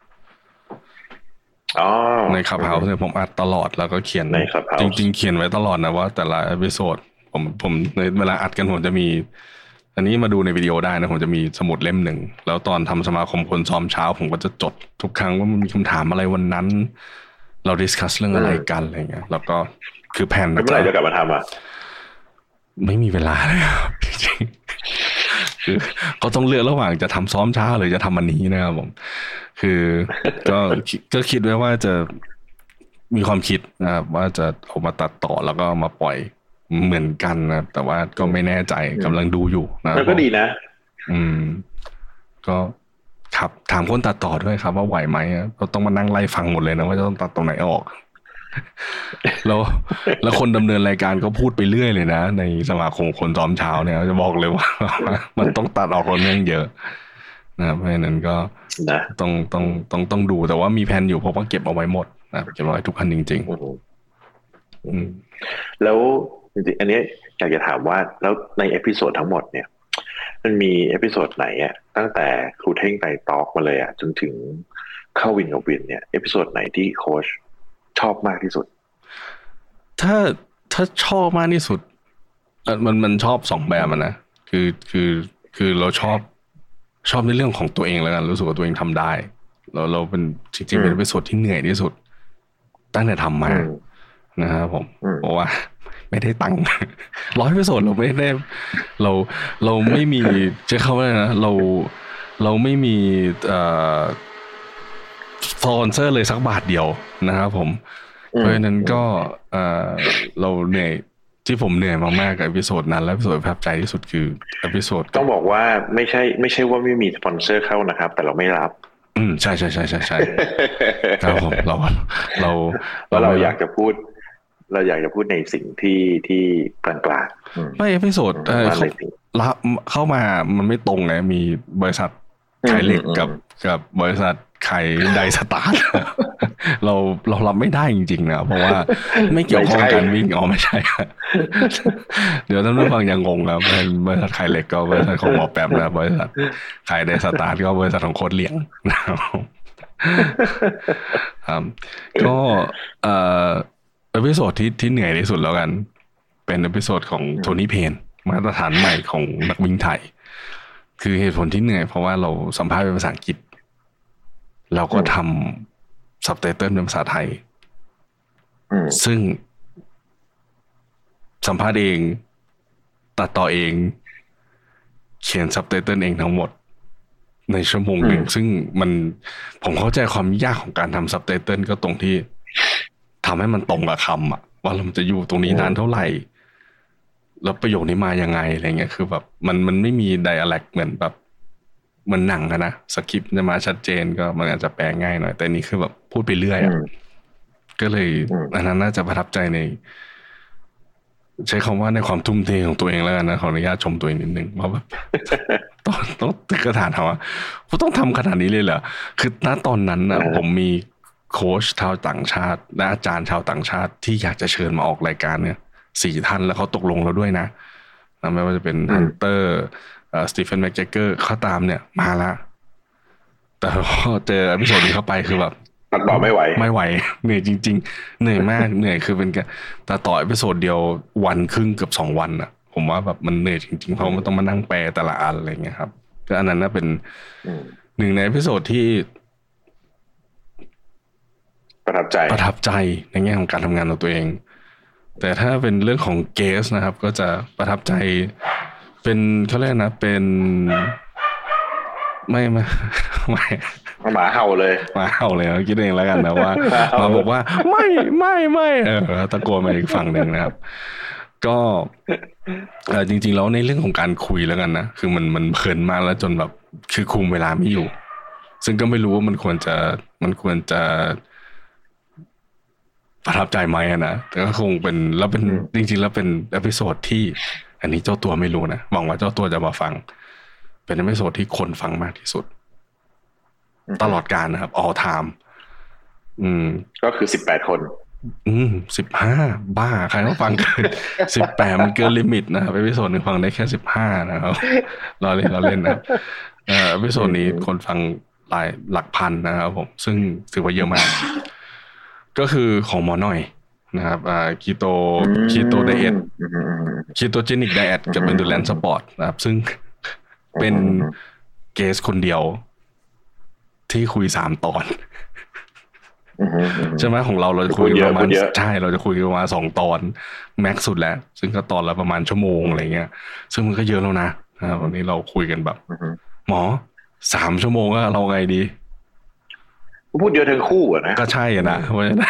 ในคลับเฮาส์เนี่ยผมอัดตลอดแล้วก็เขียนจริงๆเขียนไว้ตลอดนะว่าแต่ละเอพิโซดผมผมในเวลาอัดกันผมจะมีอันนี้มาดูในวิดีโอได้นะผมจะมีสมุดเล่มหนึ่งแล้วตอนทำสมาคมคนซ้อมเช้าผมก็จะจดทุกครั้งว่ามันมีคำถามอะไรวันนั้นเราดิสคัสเรื่องอะไรกันอะไรเงี้ยแล้วก็คือแผนเมื่อไหร่จะกลับมาทำอ่ะไม่มีเวลาเลยจริงๆคือก็ต้องเลือกระหว่างจะทำซ้อมเช้าหรือจะทำอันนี้นะครับผมคือก็ก็คิดไว้ว่าจะมีความคิดนะครับว่าจะเอามาตัดต่อแล้วก็มาปล่อยเหมือนกันนะแต่ว่าก็ไม่แน่ใจกำลังดูอยู่นะมันก็ดีนะอืมก็ครับถามคนตัดต่อด้วยครับว่าไหวไหมเราต้องมานั่งไล่ฟังหมดเลยนะว่าจะต้องตัดตรงไหนออกแล้วแล้วคนดำเนินรายการก็พูดไปเรื่อยเลยนะในสมาคมคนซ้อมเช้าเนี่ยจะบอกเลยว่ามันต้องตัดออกคนเรื่องเยอะนะเพราะฉะนั้นก็ต้องต้องต้องต้องดูแต่ว่ามีแผนอยู่เพราะว่าเก็บเอาไว้หมดนะเก็บเอาไว้ทุกคันจริงๆอืมแล้วจริงๆอันนี้อยากจะถามว่าแล้วในเอพิโซดทั้งหมดเนี่ยมันมีเอพิโซดไหนอ่ะตั้งแต่ครูเท่งไต่ตอกมาเลยอ่ะจนถึงเข้าวินกับวินเนี่ยเอพิโซดไหนที่โค้ชชอบมากที่สุดถ้าถ้าชอบมากที่สุดมันมันชอบสองแบบมันนะคือคือคือเราชอบชอบในเรื่องของตัวเองแล้วกันรู้สึกว่าตัวเองทำได้เราเราเป็นจริงๆเป็นเอพิโซดที่เหนื่อยที่สุดตั้งแต่ทำมานะครับผมเพราะว่าไม่ได้ตังค์ร้อยเปอร์เซ็นต์เราไม่ได้เราเราไม่มีจะเข้าว่านะเราเราไม่มีเอ่อสปอนเซอร์เลยสักบาทเดียวนะครับผมเพราะฉะนั้นก็เอ่อเราเหนื่อยที่ผมเหนื่อยมากๆกับเอพิโซดนั้นและเอพิโซดประทับใจที่สุดคือเอพิโซดต้องบอกว่าไม่ใช่ไม่ใช่ว่าไม่มีสปอนเซอร์เข้านะครับแต่เราไม่รับอืมใช่ใช่ใช่ใช่ใช่ครับผมเราเราเราอยากจะพูดเราอยากจะพูดในสิ่งที่ที่กลางๆไม่เอพิโซดเออรับเข้ามามันไม่ตรงไงมีบริษัทขายเหล็กกับกับบริษัทขายไดสตาร์ทเราเรารับไม่ได้จริงๆนะเพราะว่าไม่เกี่ยวข้องกันวิ่งอ๋อไม่ใช่เดี๋ยวท่านผู้ฟังยังงงนะเป็นบริษัทขายเหล็กก็บริษัทของหมอแป๊บนะบริษัทขายไดสตาร์ทก็บริษัทของโค้ดเลี้ยงนะครับก็เอ่อเอพิโซดที่ที่เหนื่อยที่สุดแล้วกันเป็นเอพิโซดของโทนี่เพนมาตรฐานใหม่ของนักวิ่งไทยคือเหตุผลที่เหนื่อยเพราะว่าเราสัมภาษณ์เป็นภาษาอังกฤษเราก็ทำซับไตเติลเป็นภาษาไทยซึ่งสัมภาษณ์เองตัดต่อเองเขียนซับไตเติลเองทั้งหมดในชั่วโมงหนึ่งซึ่งมันผมเข้าใจความยากของการทำซับไตเติลก็ตรงที่ทำให้มันตรงกับคำอะว่าเราจะอยู่ตรงนี้นานเท่าไหร่แล้วประโยคนี้มายังไงอะไรเงี้ยคือแบบมันมันไม่มีไดอะแลกเหมือนแบบเหมือนหนังอะนะสคริปต์จะมาชัดเจนก็มันอาจจะแปลง่ายหน่อยแต่นี่คือแบบพูดไปเรื่อยอะก็เลยอันนั้นน่าจะประทับใจในใช้คำว่าในความทุ่มเทของตัวเองแล้วกันนะขออนุญาตชมตัวเองนิดนึงเพราะแบบต้องต้องตึกกระถานถามว่าผมต้องทำขนาดนี้เลยเหรอคือณตอนนั้นนะผมมีโค้ชชาวต่างชาติและอาจารย์ชาวต่างชาติที่อยากจะเชิญมาออกรายการเนี่ยสี่ท่านแล้วเขาตกลงแล้วด้วยนะไม่ว่าจะเป็นฮันเตอร์สตีเฟนแม็กแจ็คเกอร์เขาตามเนี่ยมาละแต่พอเจออพิโซดนี้เข้าไปคือแบบตัดต่อไม่ไหวไม่ไหวเหนื่อยจริงๆเหนื่อยมากเหนื่อยคือเป็นการแต่ต่ออพิโซดเดียววันครึ่งเกือบสองวันอ่ะผมว่าแบบมันเหนื่อยจริงๆเพราะมันต้องมานั่งแปลแต่ละอันอะไรเงี้ยครับก็อันนั้นน่ะเป็นหนึ่งในอพิโซดที่ประทับใจประทับใจในแง่ของการทำงานของตัวเองแต่ถ้าเป็นเรื่องของเกสนะครับก็จะประทับใจเป็นเขาเรียกนะเป็นไม่ไม่ไม่หมาเห่าเลยหมาเห่าเลยคิดเองแล้วกันนะว่ามาบอกว่าไม่ไม่ไม่เออตะโกนมาอีกฝั่งหนึ่งนะครับก็จริงๆแล้วในเรื่องของการคุยแล้วกันนะคือมันมันเพลินมากแล้วจนแบบคือคุมเวลาไม่อยู่ซึ่งก็ไม่รู้ว่ามันควรจะมันควรจะประทับใจไหมนะแต่ก็คงเป็นแล้วเป็นจริงๆแล้วเป็นเอพิโซดที่อันนี้เจ้าตัวไม่รู้นะหวังว่าเจ้าตัวจะมาฟังเป็นเอพิโซดที่คนฟังมากที่สุดตลอดกาลนะครับ all time อืมก็คือสิบแปดคนอืมสิบห้าบ้าใครต้องฟังเกินสิบแปดมันเกินลิมิตนะครับเอพิโซดนึงฟังได้แค่สิบห้านะครับเราเล่นเราเล่นนะเอ่อเอพิโซดนี้คนฟังหลายหลักพันนะครับผมซึ่งถือว่าเยอะมากก็คือของหมอหน่อยนะครับอ่าคีโตคีโตไดเอทคีโตเจนิกไดเอทกับ Endurance Sport นะครับซึ่งเป็นเกสคนเดียวที่คุยสามตอนใช่ไหมของเราเราจะคุยประมาณใช่เราจะคุยประมาณสองตอนแม็กซ์สุดแล้วซึ่งก็ตอนละประมาณชั่วโมงอะไรเงี้ยซึ่งมันก็เยอะแล้วนะวันนี้เราคุยกันแบบหมอสามชั่วโมงก็เราไงดีพูดเยอะทั้งคู่อ่ะนะก็ใช่อ่ะนะเพราะฉะนั้น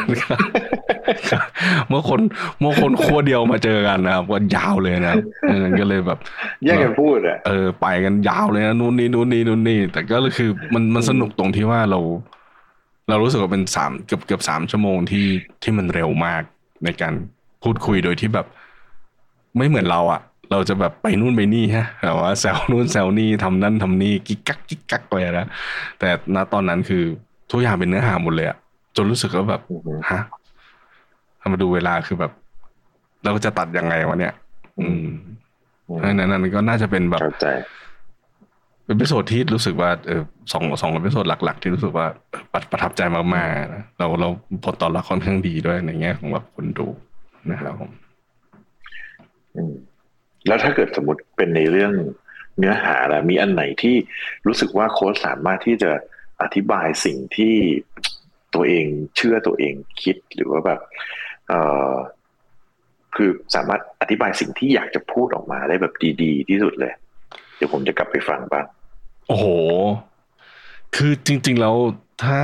เมื่อคนเมื่อคนขั้วเดียวมาเจอกันนะครับก็ยาวเลยนะก็เลยแบบแยกกันพูดอ่ะเออไปกันยาวเลยนะนู่นนี่นู่นนี่นู่นนี่แต่ก็คือมันมันสนุกตรงที่ว่าเราเรารู้สึกว่าเป็นสามเกือบเกือบสามชั่วโมงที่ที่มันเร็วมากในการพูดคุยโดยที่แบบไม่เหมือนเราอ่ะเราจะแบบไปนู่นไปนี่ฮะแต่ว่าแซวนู่นแซวนี่ทำนั่นทำนี่กิ๊กกักกิ๊กกักเลยนะแต่ณตอนนั้นคือทุกอย่างเป็นเนื้อหาหมดเลยอ่ะจนรู้สึกว่าแบบฮะทำมาดูเวลาคือแบบเราจะตัดยังไงวะเนี่ยอืมเพราะฉะนั้นนั่นก็น่าจะเป็นแบบเป็นเอพิโซดที่รู้สึกว่าเออสองสองเอพิโซดหลักๆที่รู้สึกว่าประทับใจมากๆนะเราเราผลตอบรับค่อนข้างดีด้วยในแง่ของแบบคนดูนะครับผมแล้วถ้าเกิดสมมติเป็นในเรื่องเนื้อหาแล้วมีอันไหนที่รู้สึกว่าโค้ชสามารถที่จะอธิบายสิ่งที่ตัวเองเชื่อตัวเองคิดหรือว่าแบบเอ่อคือสามารถอธิบายสิ่งที่อยากจะพูดออกมาได้แบบดีๆที่สุดเลยเดี๋ยวผมจะกลับไปฟังบ้างโอ้โหคือจริงๆแล้วถ้า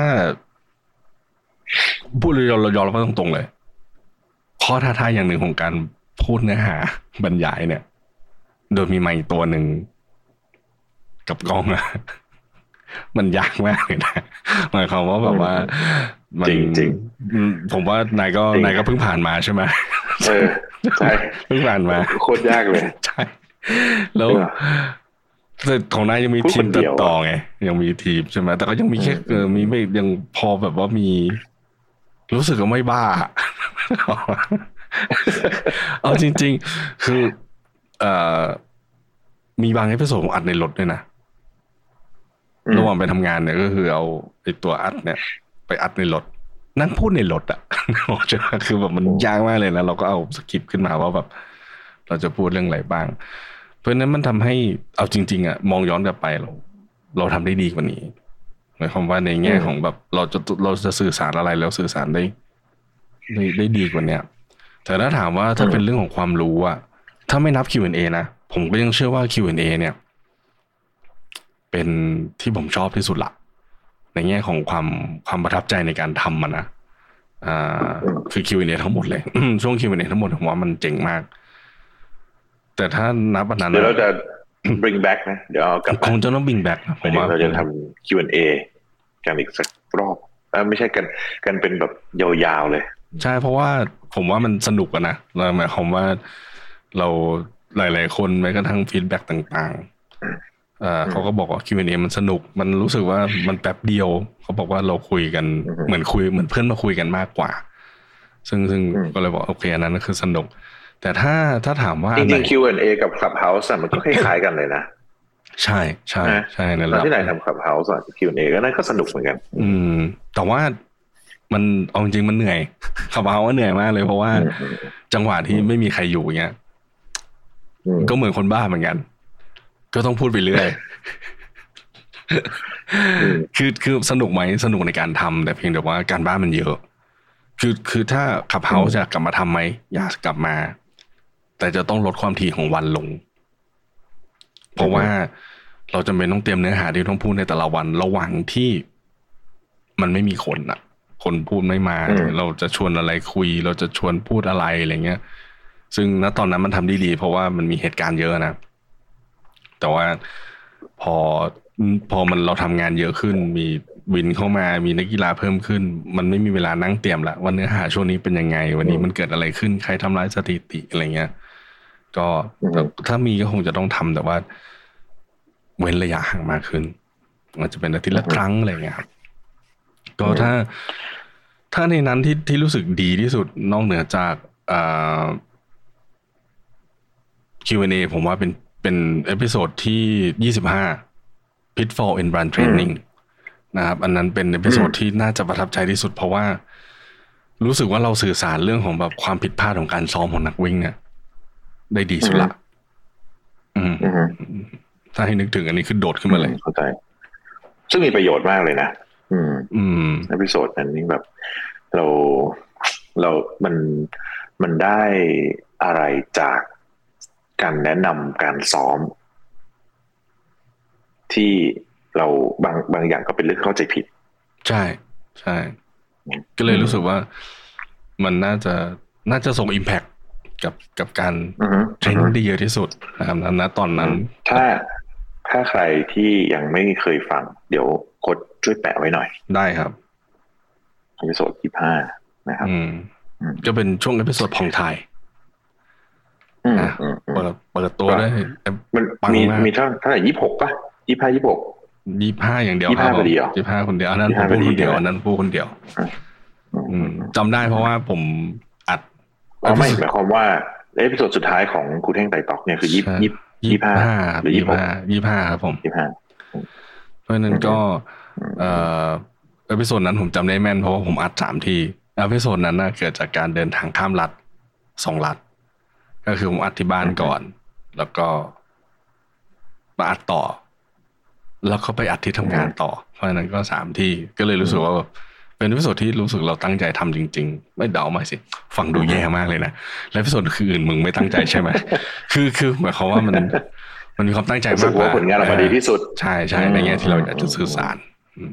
พูดเลยเรายอมรับตรงๆเลยข้อท้าทายอย่างหนึ่งของการพูดเนื้อหาบรรยายเนี่ยโดยมีไมค์ตัวหนึ่งกับกล้องอะมันยากมากเลยนะหมายความว่าแบบว่าจริงๆผมว่านายก็นายก็เพิ่งผ่านมาใช่ไหมเออใช่เพิ่งผ่านมาโคตรยากเลยใช่แล้วแต่ของนายยังมีทีมตัดต่อไงยังมีทีมใช่ไหมแต่ก็ยังมีแค่เออมีไม่ยังพอแบบว่ามีรู้สึกว่าไม่บ้าเอาจริงๆคือเอ่อมีบางเอพิโซดผมอัดในรถด้วยนะระหว่างไปทำงานเนี่ยก็คือเอาไอ้ตัวอัดเนี่ยไปอัดในรถนั่งพูดในรถอ่ะใช่ไหมคือแบบมันยากมากเลยนะเราก็เอาสคริปต์ขึ้นมาว่าแบบเราจะพูดเรื่องอะไรบ้างเพราะนั้นมันทำให้เอาจริงๆอ่ะมองย้อนกลับไปเราเราทำได้ดีกว่านี้หมายความว่าในแง่ของแบบเราจะเราจะสื่อสารอะไรแล้วสื่อสารได้ได้ได้ดีกว่านี้แต่ถ้าถามว่าถ้าเป็นเรื่องของความรู้อ่ะถ้าไม่นับ คิว แอนด์ เอ นะผมก็ยังเชื่อว่า คิว แอนด์ เอ เนี่ยเป็นที่ผมชอบที่สุดละในแง่ของความความประทับใจในการทำมันนะอ่าคือ คิว แอนด์ เอ ทั้งหมดเลยช่วง คิว แอนด์ เอ ทั้งหมดผมว่ามันเจ๋งมากแต่ถ้านับอันนั้นเดี๋ยวเราจะ bring back นะเดี๋ยวเอากลับคงจะต้อง bring back ผมว่าเราจะทำ คิว แอนด์ เอ กันอีกสักรอบเออไม่ใช่กันกันเป็นแบบยาวๆเลยใช่เพราะว่าผมว่ามันสนุกอะนะหมายความว่าเราหลายๆคนแม้กระทั่งฟีดแบ็กต่างๆอ่าเขาก็บอกว่า คิว แอนด์ เอ มันสนุกมันรู้สึกว่ามันแป๊บเดียวเขาบอกว่าเราคุยกันเหมือนคุยเหมือนเพื่อนมาคุยกันมากกว่าซึ่งซึ่งก็เลยบอกโอเคอันนั้นคือสนุกแต่ถ้าถ้าถามว่าจริงๆ คิว แอนด์ เอ กับ Clubhouse มันก็คล้ายๆกันเลยนะใช่ใช่ใช่นั่นแหละที่ไหนทำ Clubhouse อ่ะ คิว แอนด์ เอ ก็นั่นก็สนุกเหมือนกันอืมแต่ว่ามันเอาจริงมันเหนื่อยClubhouseว่าเหนื่อยมากเลยเพราะว่าจังหวะที่ไม่มีใครอยู่เงี้ยก็เหมือนคนบ้าเหมือนกันก็ต้องพูดไปเรื่อยคือคือสนุกไหมสนุกในการทำแต่เพียงแต่ว่าการบ้านมันเยอะคือคือถ้าClubhouseจะกลับมาทำไหมอยากกลับมาแต่จะต้องลดความถี่ของวันลงเพราะว่าเราจำเป็นต้องเตรียมเนื้อหาที่ต้องพูดในแต่ละวันระหว่างที่มันไม่มีคนอ่ะคนพูดไม่มาเราจะชวนอะไรคุยเราจะชวนพูดอะไรอะไรเงี้ยซึ่งณตอนนั้นมันทำได้ดีเพราะว่ามันมีเหตุการณ์เยอะนะแต่ว่าพอพอมันเราทำงานเยอะขึ้นมีวินเข้ามามีนักกีฬาเพิ่มขึ้นมันไม่มีเวลานั่งเตรียมละวันเนื้อหาช่วงนี้เป็นยังไงวันนี้มันเกิดอะไรขึ้นใครทำลายสถิติอะไรเงี้ยก็ถ้ามีก็คงจะต้องทำแต่ว่าเว้นระยะห่างมากขึ้นอาจจะเป็นอาทิตย์ละครั้งอะไรเงี้ยครับก็ถ้าถ้าในนั้นที่ที่รู้สึกดีที่สุดนอกเหนือจากอ่า คิว แอนด์ เอ ผมว่าเป็นเป็นเอพิโซดที่ยี่สิบห้า Pitfall in Run Training นะครับอันนั้นเป็นเอพิโซดที่น่าจะประทับใจที่สุดเพราะว่ารู้สึกว่าเราสื่อสารเรื่องของแบบความผิดพลาดของการซ้อมของนักวิ่งเนี่ยได้ดีสุดละอืมถ้าให้นึกถึงอันนี้คือโดดขึ้นมาเลยเข้าใจซึ่งมีประโยชน์มากเลยนะอืมอืมเอพิโซดนั้นนี่แบบเราเรา มันมันได้อะไรจากการแนะนำการซ้อมที่เราบางบางอย่างก็เป็นเรื่องเข้าใจผิดใช่ใช่ก็เลยรู้สึกว่ามันน่าจะน่าจะส่ง impact กับกับการเทรนนิ่งได้เยอะที่สุดนะครับณตอนนั้นถ้าถ้าใครที่ยังไม่เคยฟังเดี๋ยวกดช่วยแปะไว้หน่อยได้ครับเอพิโซดยี่สิบห้านะครับก็เป็นช่วงเอพิโซดผ่องถ่ายเปิดเปิดตัวได้มันมีมีเท่าเท่าไหร่ยี่สิบหกป่ะยี่สิบห้ายี่สิบหกยี่สิบห้าอย่างเดียวครับยี่สิบห้าคนเดียวอันนั้นพูดคนเดียวอันนั้นพูดคนเดียวจำได้เพราะว่าผมอัดอ๋อไม่หมายความว่าเอพิโซดสุดท้ายของครูเท่งไต่ตอกเนี่ยคือยี่สิบยี่ยี่สิบห้าหรือยี่สิบห้ายี่สิบห้าครับผมยี่สิบห้าเพราะนั้นก็เอ่อเอพิโซดนั้นผมจำได้แม่นเพราะว่าผมอัดสามทีเอพิโซดนั้นน่ะเกิดจากการเดินทางข้ามรัฐสองรัฐก็คือผมอัดที่บ้านก่อนแล้วก็มาอัดต่อแล้วก็ไปอัดที่ทำงานต่อเพราะฉะนั้นก็สามที่ก็เลยรู้สึกว่าเป็นเอพิโซดที่รู้สึกเราตั้งใจทำจริงๆไม่เดามาสิฟังดูแย่มากเลยนะแล้วเอพิโซดคืออื่นมึงไม่ตั้งใจใช่ไหมคือคือหมายความว่ามันมันมีความตั้งใจมากกว่าผลงานออกมาดีที่สุดใช่ใช่ในแง่ที่เราอยากจะสื่อสาร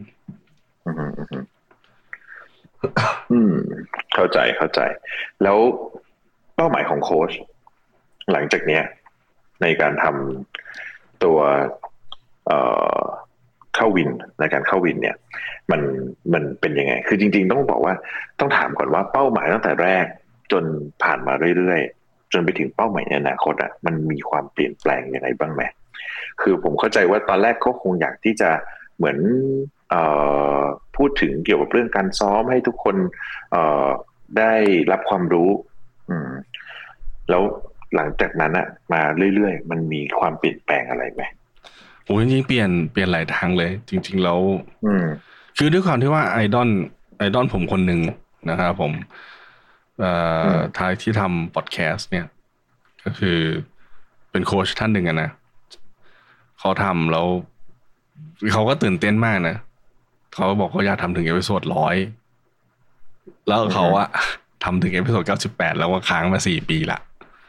อืมเข้าใจเข้าใจแล้วเป้าหมายของโค้ชหลังจากเนี้ยในการทำตัวเอ่อเข้าวินในการเข้าวินเนี่ยมันมันเป็นยังไงคือจริงๆต้องบอกว่าต้องถามก่อนว่าเป้าหมายตั้งแต่แรกจนผ่านมาเรื่อยๆจนไปถึงเป้าหมายในอนาคตอ่ะมันมีความเปลี่ยนแปลงยังไงบ้างไหมคือผมเข้าใจว่าตอนแรกเขาคงอยากที่จะเหมือนเอ่อพูดถึงเกี่ยวกับเรื่องการซ้อมให้ทุกคนเอ่อได้รับความรู้อืมแล้วหลังจากนั้นอะมาเรื่อยๆมันมีความเปลี่ยนแปลงอะไรไหมโอ้ยจริงๆเปลี่ยนเปลี่ยนหลายทางเลยจริงๆแล้วคือด้วยความที่ว่าไอดอลไอดอลผมคนหนึ่งนะครับผมเอ่อท้ายที่ทำพอดแคสต์เนี่ยก็คือเป็นโค้ชท่านหนึ่งอะนะเขาทำแล้วเขาก็ตื่นเต้นมากนะเขาบอกเขาอยากทำถึงเอพิโซดร้อยแล้วเขาอะทำถึงเอพิโซดเก้าสิบแปดแล้วว่าค้างมาสี่ปีละ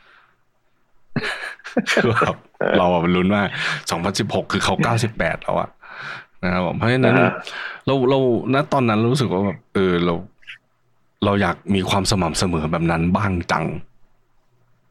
คือแบบเราแบบลุ้นว่าสองพันสิบหกคือเขาเก้าสิบแปดแล้วอะนะครับเพราะฉะนั้นเราเราณตอนนั้นรู้สึกว่าแบบเออเราเราอยากมีความสม่ำเสมอแบบนั้นบ้างจัง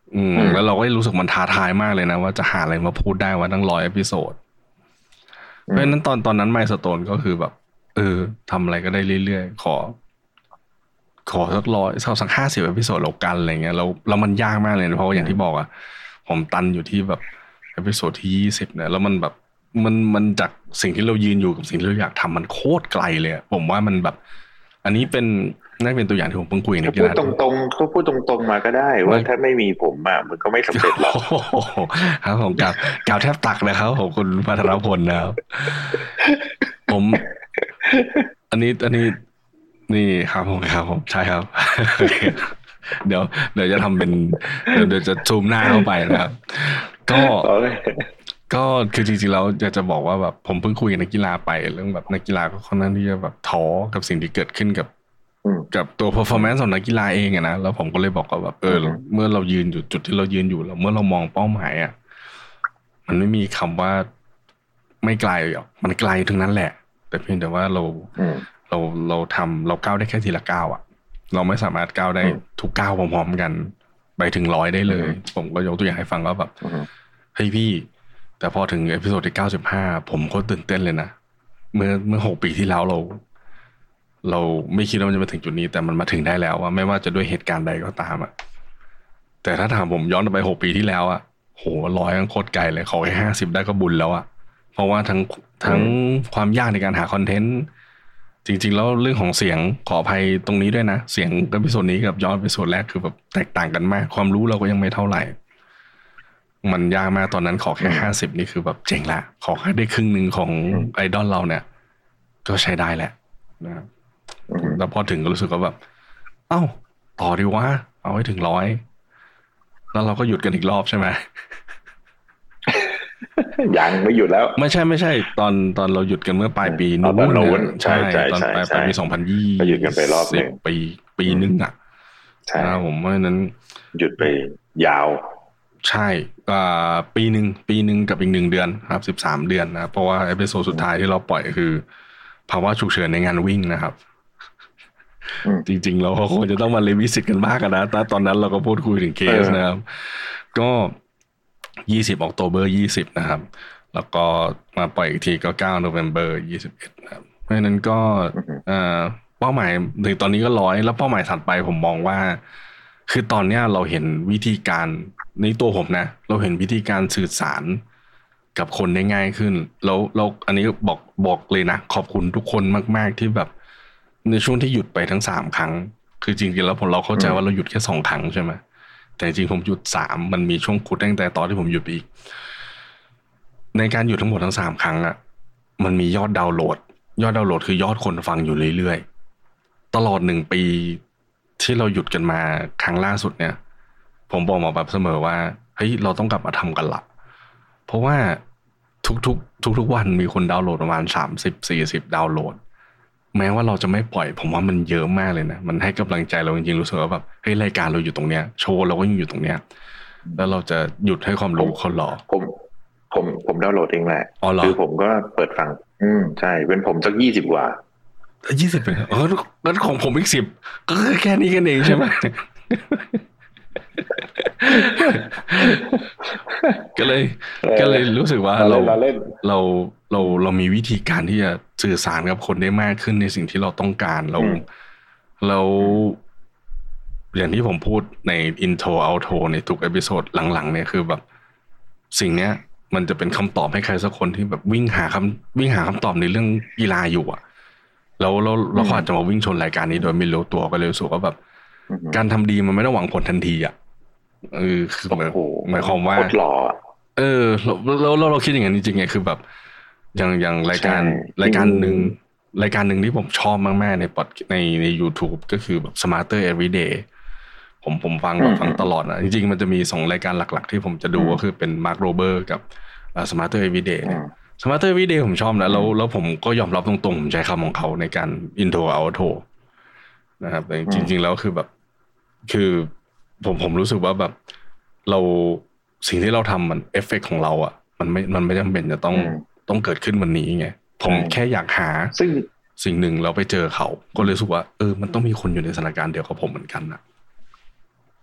อืมแล้วเราก็รู้สึกมันท้าทายมากเลยนะว่าจะหาอะไรมาพูดได้ว่าตั้งร้อยเอพิโซดเพราะฉะนั้นตอนตอนนั้นไมล์สโตนก็คือแบบเออทำอะไรก็ได้เรื่อยๆขอขอสักร้อยสักสักห้าสิบเอพิโซดแล้วกันอะไรเงี้ยแล้วแล้วมันยากมากเลยนะเพราะว่าอย่างที่บอกอะผมตันอยู่ที่แบบเอพิโซดที่ยี่สิบเนี่ยแล้วมันแบบมันมันจากสิ่งที่เรายืนอยู่กับสิ่งที่เราอยากทำมันโคตรไกลเลยผมว่ามันแบบอันนี้เป็นน่าเป็นตัวอย่างที่ผมเพิ่งคุยในกีพูดฬาตรงๆก็พูดตรงๆมาก็ได้ว่าถ้าไม่มีผมอ่ะมันก็ไม่สำเร็จหรอกครับผมกล่าวกล่าวแทบตักนะครับผมคุณพัทรพลนะครับผมอันนี้อันนี้นี่ครับผมครับผมใช่ครับเดี๋ยวเดี๋ยวจะทำเป็นเดี๋ยวเดี๋ยวจะซูมหน้าเข้าไปนะครับก็ก็คือจริงๆแล้วอยากจะบอกว่าแบบผมเพิ่งคุยกับนักกีฬาไปเรื่องแบบนักกีฬาก็ค่อนข้างที่จะแบบท้อกับสิ่งที่เกิดขึ้นกับกับตัว performance ของนักกีฬาเองอะนะแล้วผมก็เลยบอกว่าแบบเออเมื่อเรายืนอยู่จุดที่เรายืนอยู่แล้วเมื่อเรามองเป้าหมายอะมันไม่มีคำว่าไม่ไกลหรอกมันไกลถึงนั้นแหละแต่เพียงแต่ว่าเราเราเราทำเราก้าวได้แค่ทีละก้าวอะเราไม่สามารถก้าวได้ทุกก้าวพร้อมๆกันไปถึงร้อยได้เลยผมก็ยกตัวอย่างให้ฟังว่าแบบเฮ้ยพี่แต่พอถึงเอพิโซดที่เก้าสิบห้าผมก็ตื่นเต้นเลยนะเมื่อเมื่อหกปีที่แล้วเราเราไม่คิดว่ามันจะมาถึงจุดนี้แต่มันมาถึงได้แล้วว่าไม่ว่าจะด้วยเหตุการณ์ใดก็ตามอ่ะแต่ถ้าถามผมย้อนไปหกปีที่แล้วอ่ะโหร้อยยังโคตรไกลเลยขอแค่ห้าสิบได้ก็บุญแล้วอ่ะเพราะว่าทั้งทั้งความยากในการหาคอนเทนต์จริงๆแล้วเรื่องของเสียงขออภัยตรงนี้ด้วยนะเสียงเอพิโซดนี้กับย้อนเอพิโซดแรกคือแบบแตกต่างกันมากความรู้เราก็ยังไม่เท่าไหร่มันยากมากตอนนั้นขอแค่ห้าสิบนี่คือแบบเจ๋งละขอแค่ได้ครึ่งหนึ่งของไอดอลเราเนี่ยก็ใช้ได้แหละนะครับแล้วพอถึงก็รู้สึกว่าแบบเอ้าต่อดีวะเอาให้ถึงร้อยแล้วเราก็หยุดกันอีกรอบใช่ไหมยังไม่หยุดแล้วไม่ใช่ไม่ใช่ตอนตอนเราหยุดกันเมื่อปลายปีนู้นใช่ตอนปลายปีสองพันยี่สิบหยุดกันไปรอบนึงปีปีนึงอ่ะใช่ผมเพราะฉะนั้นหยุดไปยาวใช่อ่าปีหนึ่งปีหนึ่งกับอีกหนึ่งเดือนครับสิบสามเดือนนะเพราะว่าเอพิโซดสุดท้ายที่เราปล่อยคือภาวะฉุกเฉินในงานวิ่งนะครับจริงๆเราก็ควรจะต้องมารีวิสิตกันบ้างนะตอนนั้นเราก็พูดคุยถึงเคสนะครับก็ยี่สิบออกโตเบอร์ยี่สิบนะครับแล้วก็มาปล่อยอีกทีก็เก้าโนเวมเบอร์ยี่สิบเอ็ดนะครับเพราะฉะนั้นก็เป้าหมายถึงตอนนี้ก็ร้อยแล้วเป้าหมายถัดไปผมมองว่าคือตอนนี้เราเห็นวิธีการในตัวผมนะเราเห็นวิธีการสื่อสารกับคนได้ง่ายขึ้นแล้วเราอันนี้บอกบอกเลยนะขอบคุณทุกคนมากๆที่แบบในช่วงที่หยุดไปทั้งสามครั้งคือจริงๆแล้วผมเราเข้าใจว่าเราหยุดแค่สองครั้งใช่ไหมแต่จริงผมหยุดสามมันมีช่วงคุดตั้งแต่ตอนที่ผมหยุดอีกในการหยุดทั้งหมดทั้งสามครั้งอ่ะมันมียอดดาวน์โหลดยอดดาวน์โหลดคือยอดคนฟังอยู่เรื่อยๆตลอดหนึ่งปีที่เราหยุดกันมาครั้งล่าสุดเนี่ยผมบอกมาแบบเสมอว่าเฮ้ยเราต้องกลับมาทำกันละเพราะว่าทุกๆทุกๆวันมีคนดาวน์โหลดประมาณสามสิบ สี่สิบดาวน์โหลดแม้ว่าเราจะไม่ปล่อยผมว่ามันเยอะมากเลยนะมันให้กำลังใจเราจริงๆรู้สึกว่าแบบเฮ้ยรายการเราอยู่ตรงเนี้ยโชว์เราก็ยังอยู่ตรงเนี้ยแล้วเราจะหยุดให้ความรู้คนหรอผมผมผมดาวน์โหลดเองแหละคือผมก็เปิดฟังอืมใช่เป็นผมสักยี่สิบกว่ายี่สิบเลยเออแล้วของผมอีกสิบก็แค่นี้กันเองใช่ไหมก็เลยก็เลยรู้สึกว่าเราเราเราเรามีวิธีการที่จะสื่อสารกับคนได้มากขึ้นในสิ่งที่เราต้องการเราเราอย่างที่ผมพูดในอินโทรเอาโทรในทุกเอพิโซดหลังๆเนี่ยคือแบบสิ่งเนี้ยมันจะเป็นคำตอบให้ใครสักคนที่แบบวิ่งหาคำวิ่งหาคำตอบในเรื่องกีฬาอยู่อ่ะแล้วเราเราอาจจะมาวิ่งชนรายการนี้โดยไม่รู้ตัวก็เลยรู้สึกว่าแบบการทำดีมันไม่ต้องหวังผลทันทีอ่ะเออคือหมายหมายความว่าเออแล้วเราเราคิดอย่างนั้นจริงๆไงคือแบบอย่างอย่างรายการรายการหนึ่งรายการหนึ่งที่ผมชอบมากๆในปอดในใน YouTube ก็คือแบบ Smarter Everyday ผมผมฟังแบบฟังตลอดนะจริงๆมันจะมีสองรายการหลักๆที่ผมจะดูก็คือเป็น Mark Rober กับ Smarter Everyday เนี่ย Smarter Everyday ผมชอบนะแล้วแล้วผมก็ยอมรับตรงๆผมใช้คำของเขาในการ intro outro นะครับแต่จริงๆแล้วคือแบบคือผมผมรู้สึกว่าแบบเราสิ่งที่เราทำมันเอฟเฟกต์ของเราอ่ะมันไม่มันไม่จำเป็นจะต้องต้องเกิดขึ้นวันนี้ไงผมแค่อยากหาซึ่งสิ่งหนึ่งเราไปเจอเขาก็เลยรู้สึกว่าเออมันต้องมีคนอยู่ในสถานการณ์เดียวกับผมเหมือนกันนะ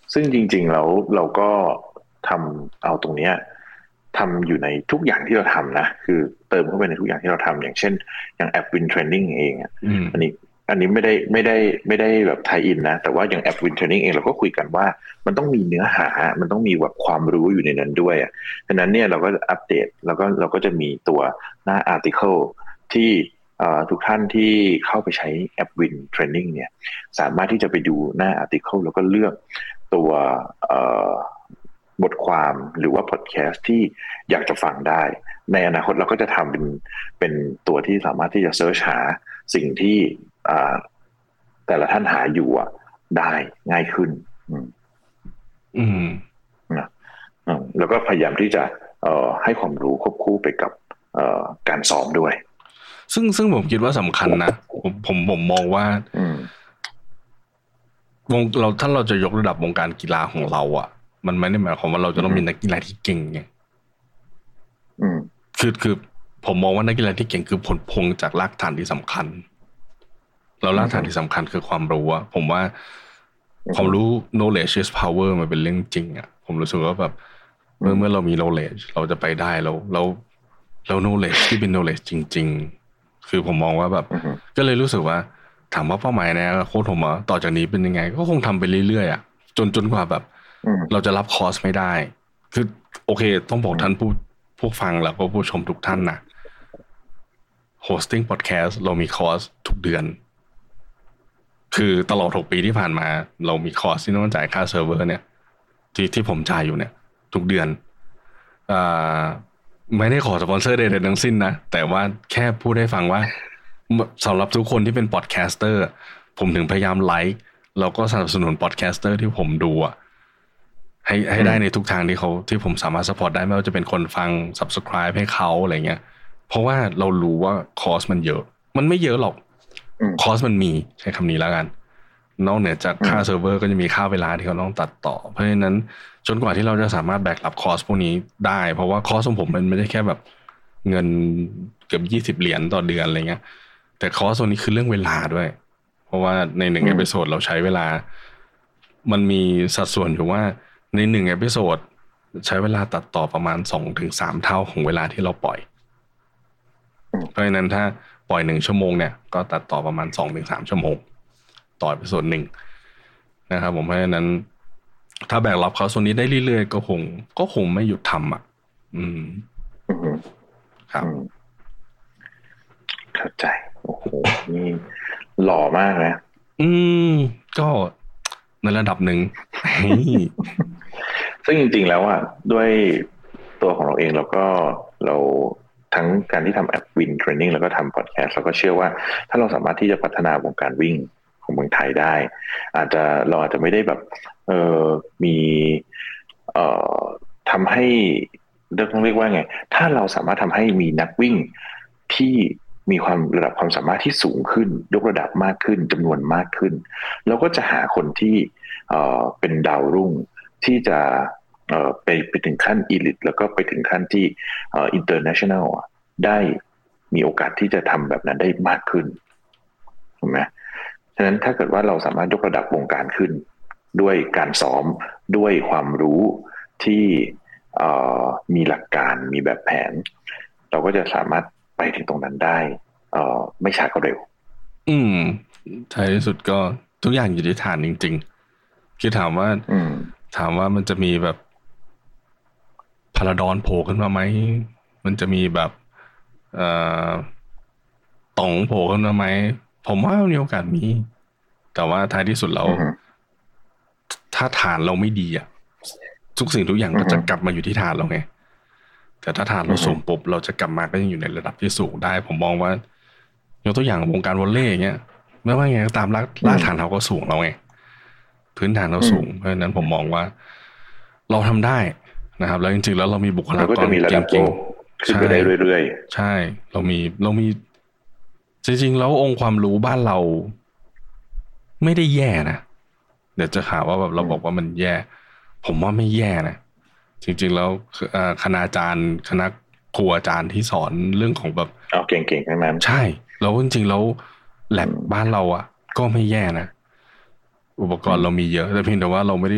ซึ่งจริงๆแล้วเราก็ทำเอาตรงเนี้ยทำอยู่ในทุกอย่างที่เราทำนะคือเติมเข้าไปในทุกอย่างที่เราทำอย่างเช่นอย่างแอป Win Training เองอ่ะอันนี้อันนี้ไม่ได้ไม่ได้ไม่ได้แบบไทยอินนะแต่ว่าอย่างแอป Win Training เองเราก็คุยกันว่ามันต้องมีเนื้อหามันต้องมีแบบความรู้อยู่ในนั้นด้วยอ่ะฉะนั้นเนี่ยเราก็อัปเดตแล้วก็เราก็จะมีตัวหน้า article ที่ทุกท่านที่เข้าไปใช้แอป Win Training เนี่ยสามารถที่จะไปดูหน้า article แล้วก็เลือกตัวบทความหรือว่าพอดแคสต์ที่อยากจะฟังได้ในอนาคตเราก็จะทำเป็นเป็นตัวที่สามารถที่จะเซิร์ชหาสิ่งที่แต่ละท่านหาอยู่ได้ง่ายขึ้นอืมอืมนะแล้วก็พยายามที่จะให้ความรู้ควบคู่ไปกับการซ้อมด้วยซึ่งซึ่งผมคิดว่าสำคัญนะผมผมผมมองว่าวงเราถ้าเราจะยกระดับวงการกีฬาของเราอ่ะมันไม่ได้หมายความว่าเราจะต้องมีนักกีฬาที่เก่งไงคือคือผมมองว่านักกีฬาที่เก่งคือผลพวงจากรากฐานที่สำคัญแล้วรากฐานที่สำคัญคือความรู้อะผมว่าความรู้ knowledge is power มันเป็นเรื่องจริงอะผมรู้สึกว่าแบบเมื่อเมื่อเรามี knowledge เราจะไปได้แล้วแล้วแล้ว knowledge ที่เป็น knowledge จริงๆคือผมมองว่าแบบก็เลยรู้สึกว่าถามว่าเป้าหมายในอนาคตผมต่อจากนี้เป็นยังไงก็คงทำไปเรื่อยๆอะจนจนกว่าแบบเราจะรับคอร์สไม่ได้คือโอเคต้องบอกท่านผู้ผู้ฟังแล้วก็ผู้ชมทุกท่านนะ hosting podcast เรามีคอร์สทุกเดือนคือตลอดหกปีที่ผ่านมาเรามีคอร์สที่ต้องจ่ายค่าเซิร์ฟเวอร์เนี่ยที่ที่ผมจ่ายอยู่เนี่ยทุกเดือนอ่าไม่ได้ขอสปอนเซอร์ใดๆทั้งสิ้นนะแต่ว่าแค่พูดให้ฟังว่าสำหรับทุกคนที่เป็นพอดแคสเตอร์ผมถึงพยายามไลค์แล้วก็สนับสนุนพอดแคสเตอร์ที่ผมดูอ่ะให้ให้ได้ในทุกทางที่เขาที่ผมสามารถซัพพอร์ตได้ไม่ว่าจะเป็นคนฟัง Subscribe ให้เขาอะไรเงี้ยเพราะว่าเรารู้ว่าคอสมันเยอะมันไม่เยอะหรอกคอสมันมีใช้คำนี้แล้วกันนอกเหนือจากค่าเซิร์ฟเวอร์ก็จะมีค่าเวลาที่เขาต้องตัดต่อเพราะฉะนั้นจนกว่าที่เราจะสามารถแบกรับคอสพวกนี้ได้เพราะว่าคอสของผมมันไม่ได้แค่แบบเงินเกือบยี่สิบเหรียญต่อเดือนอะไรเงี้ยแต่คอสตัวนี้คือเรื่องเวลาด้วยเพราะว่าในหนึ่งเอพิโซดเราใช้เวลามันมีสัดส่วนอยู่ว่าในหนึ่งเอพิโซดใช้เวลาตัดต่อประมาณ สองถึงสาม เท่าของเวลาที่เราปล่อยเพราะฉะนั้นถ้าปล่อยหนึ่งชั่วโมงเนี่ยก็ตัดต่อประมาณ สองถึงสาม ชั่วโมงต่อเอพิโซดหนึ่งนะครับผมเพราะฉะนั้นถ้าแบกรับเขาส่วนนี้ได้เรื่อยๆก็คงก็คงไม่หยุดทำอ่ะอืมครับเข้าใจโอ้โหนี่หล่อมากนะอืมก็ในระดับหนึ่งซึ่งจริงๆแล้วอ่ะด้วยตัวของเราเองเราก็เราทั้งการที่ทำแอป Win Training แล้วก็ทำพอดแคสต์เราก็เชื่อว่าถ้าเราสามารถที่จะพัฒนาวงการวิ่งของเมืองไทยได้อาจจะเราอาจจะไม่ได้แบบเออมีเอ่อทำให้ต้องเรียกว่าไงถ้าเราสามารถทำให้มีนักวิ่งที่มีความระดับความสามารถที่สูงขึ้นยกระดับมากขึ้นจำนวนมากขึ้นเราก็จะหาคนที่เอ่อเป็นดาวรุ่งที่จะเอ่อไปไปถึงขั้น elite แล้วก็ไปถึงขั้นที่เอ่อ international ได้มีโอกาสที่จะทำแบบนั้นได้มากขึ้นถูกไหมฉะนั้นถ้าเกิดว่าเราสามารถยกระดับวงการขึ้นด้วยการซ้อมด้วยความรู้ที่เอ่อมีหลักการมีแบบแผนเราก็จะสามารถไปถึงตรงนั้นได้เอ่อไม่ช้าก็เร็วอืมท้ายที่สุดก็ทุกอย่างอยู่ที่ฐานจริงๆคือถามว่าถามว่ามันจะมีแบบพาราดอนโผล่ขึ้นมาไหมมันจะมีแบบเอ่อต๋องโผล่ขึ้นมาไหมผมว่ามีโอกาสมีแต่ว่าท้ายที่สุดแล้วถ้าฐานเราไม่ดีอ่ะทุกสิ่งทุกอย่างก็จะกลับมาอยู่ที่ฐานเราไงแต่ถ้าฐานเราสูงปุ๊บเราจะกลับมาก็ยังอยู่ในระดับที่สูงได้ผมมองว่ายกตัวอย่างวงการวอลเลย์อย่างเงี้ยไม่ว่าไงก็ตามรากฐานเราก็สูงแล้วไงพื้นฐานเราสูงเพราะฉะนั้นผมมองว่าเราทำได้นะครับแล้วจริงๆแล้วเรามีบุคลากรเก่งๆขึ้นไปได้เรื่อยๆใช่เรามีเรามีจริงๆแล้วองค์ความรู้บ้านเราไม่ได้แย่นะเดี๋ยวจะหาว่าแบบเราบอกว่ามันแย่ผมว่าไม่แย่นะจริงๆแล้วคณาจารย์คณะครูอาจารย์ที่สอนเรื่องของแบบเอาเก่งๆทั้งนั้นใช่แล้วจริงๆแล้วแลบบ้านเราอ่ะก็ไม่แย่นะอุปกรณ์เรามีเยอะแต่เพียงแต่ว่าเราไม่ได้ถูก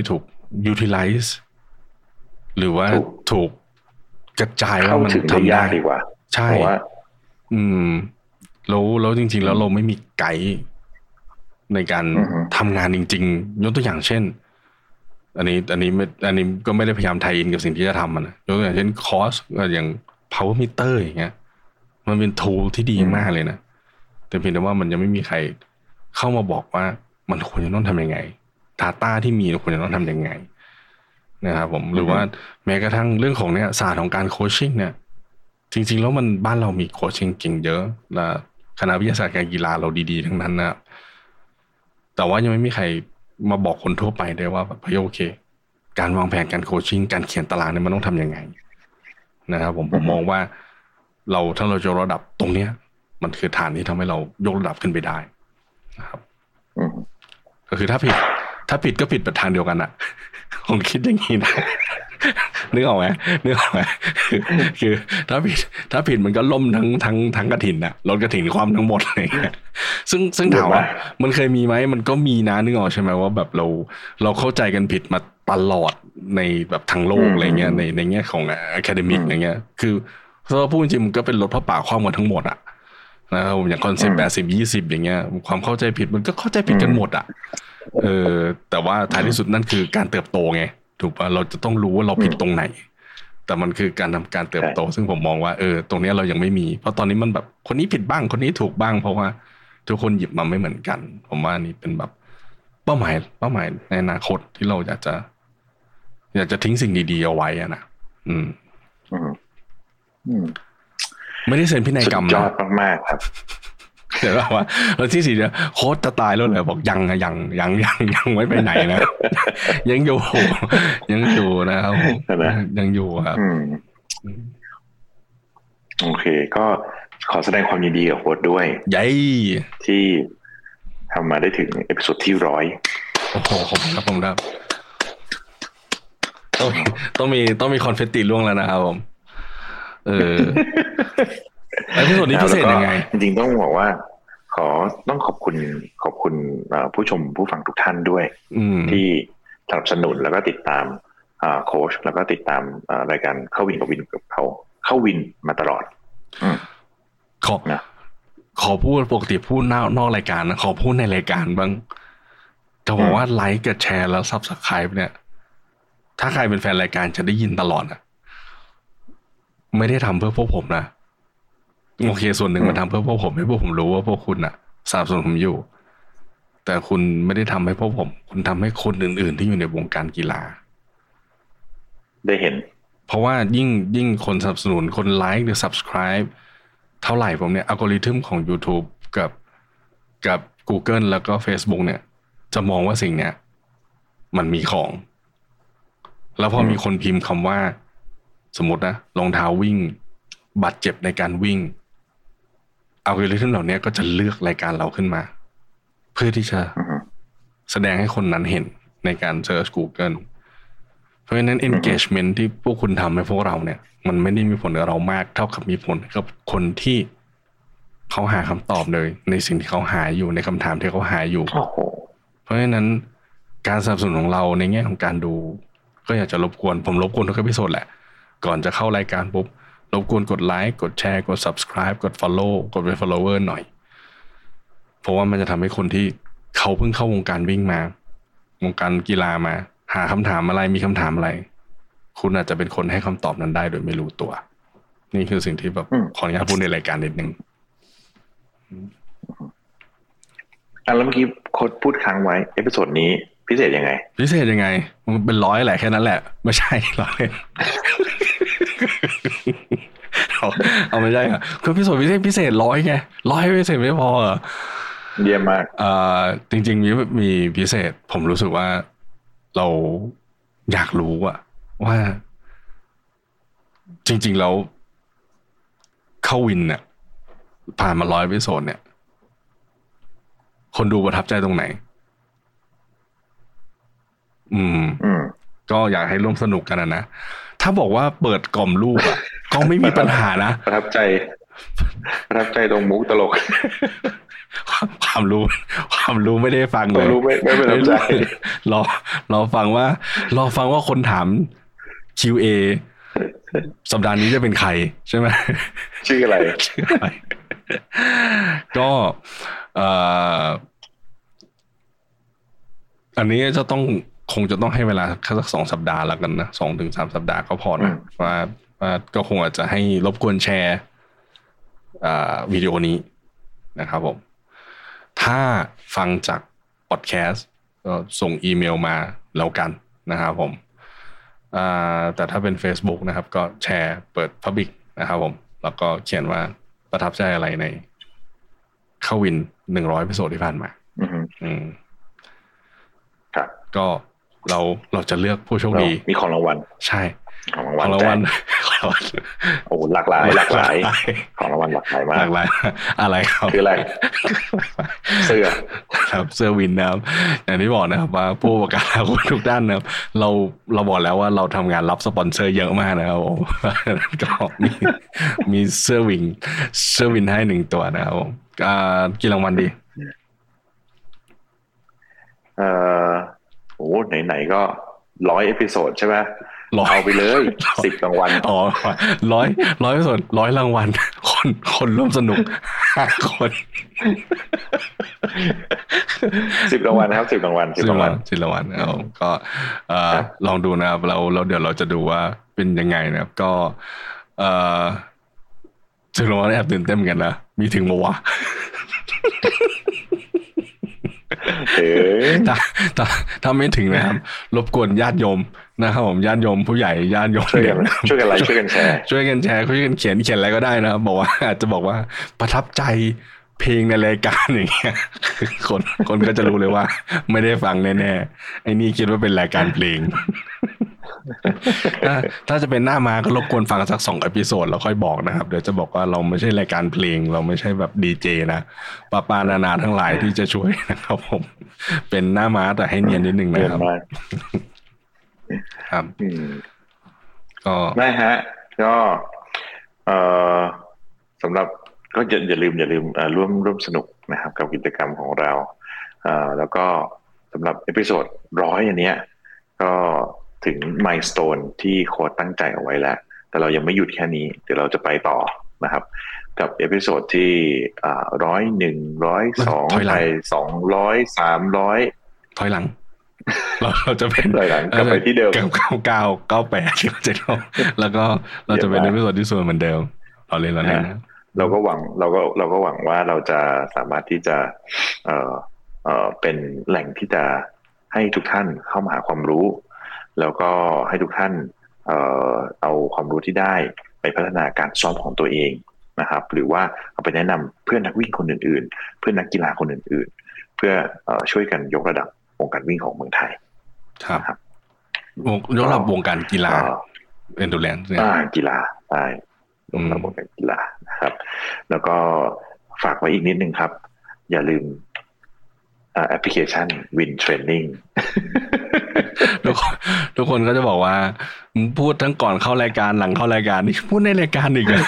utilize หรือว่าถูกกระจายว่ามันทำได้ดีกว่าใช่อืมแล้วแล้วจริงๆแล้วเราไม่มีไกด์ในการทำงานจริงๆยกตัวอย่างเช่นอันนี้อันนี้ไม่อันนี้ก็ไม่ได้พยายามไทยอินกับสิ่งที่จะทำมันนะยกตัวอย่างเช่นคอร์สอย่าง power meter อย่างเงี้ยมันเป็น tool ที่ดีมากเลยนะแต่เพียงแต่ว่ามันยังไม่มีใครเข้ามาบอกว่ามันควรจะต้องทำยังไง data ที่มีควรจะต้องทำยังไงนะครับผมหรือว่าแม้กระทั่งเรื่องของเนี่ยศาสตร์ของการโคชชิ่งเนี่ยจริงๆแล้วมันบ้านเรามีโคชชิ่งเก่งเยอะและคณะวิทยาศาสตร์การกีฬาเราดีๆทั้งนั้นนะแต่ว่ายังไม่มีใครมาบอกคนทั่วไปได้ว่าแบบโอเคการวางแผนการโคชชิ่งการเขียนตารางเนี่ยมันต้องทำยังไงนะครับผมผมมองว่าเราถ้าเราจะระดับตรงเนี้ยมันคือฐานที่ทำให้เรายกระดับขึ้นไปได้นะครับก็คือถ้าผิดถ้าผิดก็ผิดแบบทางเดียวกันอะผมคิดอย่างนี้นะนึกออกไหมนึกออกไหมคือถ้าผิดถ้าผิดมันก็ล่มทั้งทั้งทั้งกฐินอะรถกฐินความทั้งหมดอะไรเงี้ยซึ่งซึ่งถามว่ามันเคยมีไหมมันก็มีนะนึกออกใช่ไหมว่าแบบเราเราเข้าใจกันผิดมาตลอดในแบบทั้งโลกอะไรเงี้ยในในแง่ของอะคาเดมิกอะไรเงี้ยคือถ้าพูดจริงมันก็เป็นรถพระป่าคว่ำกันทั้งหมดอะนะครับอย่างคอนเซ็ปต์แปดสิบยี่สิบอย่างเงี้ยความเข้าใจผิดมันก็เข้าใจผิดกันหมดอ่ะเออแต่ว่าท้ายที่สุดนั่นคือการเติบโตไงถูกป่ะเราจะต้องรู้ว่าเราผิดตรงไหนแต่มันคือการทำการเติบโตซึ่งผมมองว่าเออตรงนี้เรายังไม่มีเพราะตอนนี้มันแบบคนนี้ผิดบ้างคนนี้ถูกบ้างเพราะว่าทุกคนหยิบมาไม่เหมือนกันผมว่านี่เป็นแบบเป้าหมายเป้าหมายในอนาคตที่เราอยากจะอยากจะทิ้งสิ่งดีๆเอาไว้อ่ะนะอืมอืมไม่ได้เซ็นพินัยกรรมนะสุดยอดมากๆครับเดี๋ยวว่าแล้วที่สี่เนี่ยโค้ชจะตายแล้วเหรอบอกยังอะยังยังยังยังไม่ไปไหนนะยังอยู่ยังอยู่นะครับยังอยู่ครับโอเคก็ขอแสดงความยินดีกับโค้ชด้วยยัยที่ทำมาได้ถึงเอพิโซดที่ร้อยโอ้โหขอบคุณครับผมครับต้องต้องมีต้องมีคอนเฟตติล่วงแล้วนะครับผมเออไอ้ที่สุดนี้พิเศษยังไงจริงๆต้องบอกว่าขอต้องขอบคุณขอบคุณผู้ชมผู้ฟังทุกท่านด้วยที่สนับสนุนแล้วก็ติดตามโค้ชแล้วก็ติดตามรายการเข้าวินกับวินกับเขาเข้าวินมาตลอดขอนะขอพูดปกติพูดนอกนอกรายการนะขอพูดในรายการบ้างจะบอกว่าไลค์กับแชร์แล้วซับสไครป์เนี่ยถ้าใครเป็นแฟนรายการจะได้ยินตลอดนะไม่ได้ทำเพื่อพวกผมนะโอเคส่วนหนึ่งมาทำเพื่อพวกผมให้พวกผมรู้ว่าพวกคุณน่ะสนับสนุนผมอยู่แต่คุณไม่ได้ทำให้พวกผมคุณทำให้คนอื่นๆที่อยู่ในวงการกีฬาได้เห็นเพราะว่ายิ่งยิ่งคนสนับสนุนคนไลค์หรือ subscribe เท่าไหร่ผมเนี่ยอัลกอริทึมของ YouTube กับกับ Google แล้วก็ Facebook เนี่ยจะมองว่าสิ่งเนี้ยมันมีของแล้วพอมีคนพิมพ์คำว่าสมมตินะรองเท้าวิ่งบาดเจ็บในการวิ่งอัลกอริทึมเหล่านี้ก็จะเลือกรายการเราขึ้นมาเพื่อที่จะ uh-huh. แสดงให้คนนั้นเห็นในการ search Google เพราะฉะนั้น engagement ที่พวกคุณทำให้พวกเราเนี่ยมันไม่ได้มีผลกับเรามากเท่ากับมีผลกับคนที่เขาหาคำตอบเลยในสิ่งที่เขาหาอยู่ในคำถามที่เขาหาอยู่ uh-huh. เพราะฉะนั้นการสนับสนุนของเราในแง่ของการดูก็อยากจะรบกวนผมรบกวนทุกเอพิโซดแหละก่อนจะเข้ารายการปุ๊บรบกวนกดไลค์กดแชร์กด subscribe กด follow กดเป็น follower หน่อยเพราะว่ามันจะทำให้คนที่เขาเพิ่งเข้าวงการวิ่งมาวงการกีฬามาหาคำถามอะไรมีคำถามอะไรคุณอาจจะเป็นคนให้คำตอบนั้นได้โดยไม่รู้ตัวนี่คือสิ่งที่แบบขออนุญาตพูดในรายการนิดนึงอ่ะแล้วเมื่อกี้โค้ชพูดค้างไว้เอพิโซดนี้พิเศษยังไงพิเศษยังไงมันเป็นร้อยแหละแค่นั้นแหละไม่ใช่หรอกเอาเอาไม่ได้อะคือพิเศษพิเศษพิเศษร้อยไงร้อยพิเศษไม่พออ่ะเยี่ยมมากอ่าจริงๆมีมีพิเศษผมรู้สึกว่าเราอยากรู้อะว่าจริงๆแล้วเข้าวินเนี่ยผ่านมาร้อยพิเศษเนี่ยคนดูประทับใจตรงไหนอืมอืมก็อยากให้ร่วมสนุกกันนะนะถ้าบอกว่าเปิดกล่อมลูกอ่ะก็ไม่มีปัญหานะประทับใจประทับใจตรงมุกตลกความรู้ความรู้ไม่ได้ฟังเลยรู้ไม่ไม่ไม่สนใจรอรอฟังว่ารอฟังว่าคนถาม คิว เอ สัปดาห์นี้จะเป็นใครใช่ไหมชื่ออะไรชื่ออะไรก็เอ่ออันนี้จะต้องคงจะต้องให้เวลาแค่สักสองสัปดาห์แล้วกันนะสองถึงสามสัปดาห์ก็พอนะว่าว่าก็คงอาจจะให้รบกวนแชร์วิดีโอนี้นะครับผมถ้าฟังจากพอดแคสต์ก็ส่งอีเมลมาแล้วกันนะครับผมแต่ถ้าเป็น Facebook นะครับก็แชร์เปิด Public นะครับผมแล้วก็เขียนว่าประทับใจอะไรในเข้าวินหนึ่งร้อยเอพิโซดที่ผ่านมาอืมครับก็เราเราจะเลือกผู้โชคดีมีของรางวัลใช่ของรางวัลโอ้หลากหลายหลากหลายของรางวัลหลากหลายมากหลากหลายอะไรครับคืออะไรเสื้อครับเสื้อวินนะครับอย่างที่บอกนะครับว่าผู้ประกาศทุกด้านนะครับเราเราบอกแล้วว่าเราทำงานรับสปอนเซอร์เยอะมากนะครับผมก็มีมีเสื้อวินเสื้อวินให้หนึ่งตัวนะครับผมกี่รางวัลดีเอ่อโอ้ไหนๆก็ร้อยเอพิโซดใช่ไหมเอาไปเลยสิบรางวัลอ๋อร้อยร้อยส่วนร้อยรางวัลคนคนร่วมสนุกห้าคนสิบรางวัลนะครับสิบรางวัลสิบรางวัลสิบรางวัลเอาก็เอ่อลองดูนะครับเราเราเดี๋ยวเราจะดูว่าเป็นยังไงนะครับก็เอ่อสิบรางวัลแอบตื่นเต้นกันนะมีถึงมั้วะถ้าถ้าถ้าไม่ถึงนะครับรบกวนญาติโยมนะครับผมญาติโยมผู้ใหญ่ญาติโยมช่วยกันช่วยกันไลค์ช่วยกันแชร์ช่วยกันแชร์ช่วยกันเขียนเขียนอะไรก็ได้นะครับบอกว่าอาจจะบอกว่าประทับใจเพลงในรายการอย่างเงี้ยคนคนก็จะรู้เลยว่าไม่ได้ฟังแน่ๆไอ้นี่คิดว่าเป็นรายการเพลงถ้าถ้าจะเป็นหน้ามาก็รบกวนฟังสักสองเอพิโซดแล้วค่อยบอกนะครับเดี๋ยวจะบอกว่าเราไม่ใช่รายการเพลงเราไม่ใช่แบบดีเจนะป้าปานานาทั้งหลายที่จะช่วยนะครับผมเป็นหน้าม้าแต่ให้เนียนนิดนึงนะครับครับก็ได้ฮะก็เอ่อสำหรับก็อย่าอย่าลืมอย่าลืมร่วมร่วมสนุกนะครับกับกิจกรรมของเราเอ่อแล้วก็สำหรับเอพิโซดร้อยอันเนี้ยก็ถึงไมล์สโตนที่โค้ชตั้งใจเอาไว้แล้วแต่เรายังไม่หยุดแค่นี้เดี๋ยวเราจะไปต่อนะครับกับเอพิโซดที่อ่าร้อยหนึ่งร้อยสองไปสองร้อยสามร้อยถอยหลังเราเราจะเป็นถอยหลังกลับไปที่เดิมเก้าเก้าเก้าเก้าแปดที่เราจะเข้าแล้วก็เราจะเป็นเอพิโซดที่ส่วนเหมือนเดิมเราเล่นแล้วนะเราก็หวังเราก็เราก็หวังว่าเราจะสามารถที่จะเอ่อเอ่อเป็นแหล่งที่จะให้ทุกท่านเข้ามาหาความรู้แล้วก็ให้ทุกท่านเอ่อเอาความรู้ที่ได้ไปพัฒนาการซ้อมของตัวเองนะครับหรือว่าเอาไปแนะนำเพื่อนนักวิ่งคนอื่นๆเพื่อนนักกีฬาคนอื่นๆเพื่อเอ่อช่วยกันยกระดับวงการวิ่งของเมืองไทยครับยกระดับวงการกีฬาเอนดูแรนซ์อ่ากีฬาใช่ยกระดับวงการกีฬานะครับแล้วก็ฝากไว้อีกนิดนึงครับอย่าลืมแอปพลิเคชัน Win Training ทุกคนทุกคนก็จะบอกว่าพูดทั้งก่อนเข้ารายการหลังเข้ารายการนี่พูดในรายการอีกเหรอ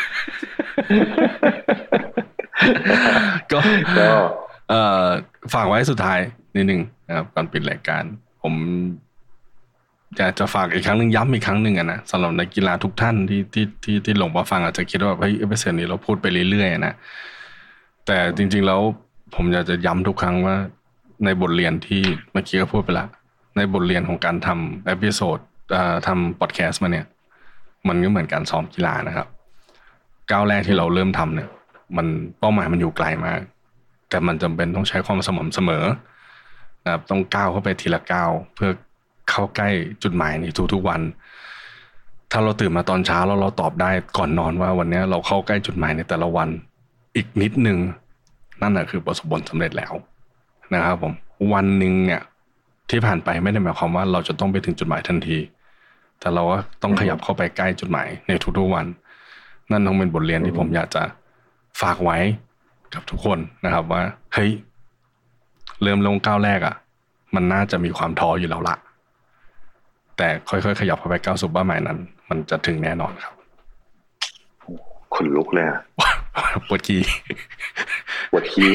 ก็เอ่อฝากไว้สุดท้ายนิดนึงนะครับก่อนปิดรายการผมอยากจะฝากอีกครั้งนึงย้ำอีกครั้งนึงอะนะสำหรับนักกีฬาทุกท่านที่ที่ที่ที่หลงมาฟังอาจจะคิดว่าเฮ้ยเอพิโซดนี้เราพูดไปเรื่อยๆนะแต่จริงๆแล้วผมอยากจะย้ำทุกครั้งว่าในบทเรียนที่เมื่อกี้ก็พูดไปละในบทเรียนของการทำเอพิโซดทำพอดแคสต์มาเนี่ยมันก็เหมือนการซ้อมกีฬานะครับก้าวแรกที่เราเริ่มทำเนี่ยมันเป้าหมายมันอยู่ไกลมากแต่มันจำเป็นต้องใช้ความสม่ำเสมอนะครับต้องก้าวเข้าไปทีละก้าวเพื่อเข้าใกล้จุดหมายในทุกๆวันถ้าเราตื่นมาตอนเช้าแล้วเราตอบได้ก่อนนอนว่าวันนี้เราเข้าใกล้จุดหมายในแต่ละวันอีกนิดนึงนั่นแหละคือประสบผลสำเร็จแล้วนะครับผมวันหนึ่งเนี่ยที่ผ่านไปไม่ได้หมายความว่าเราจะต้องไปถึงจุดหมายทันทีแต่เราก็ต้องขยับเข้าไปใกล้จุดหมายในทุกๆวันนั่นต้องเป็นบทเรียนที่ผมอยากจะฝากไว้กับทุกคนนะครับว่าเฮ้ยเริ่มลงก้าวแรกอ่ะมันน่าจะมีความท้ออยู่แล้วละแต่ค่อยๆขยับเข้าไปก้าวสู่เป้าหมายนั้นมันจะถึงแน่นอนครับขนลุกเลยอ่ะปวดขี้ปวดขี้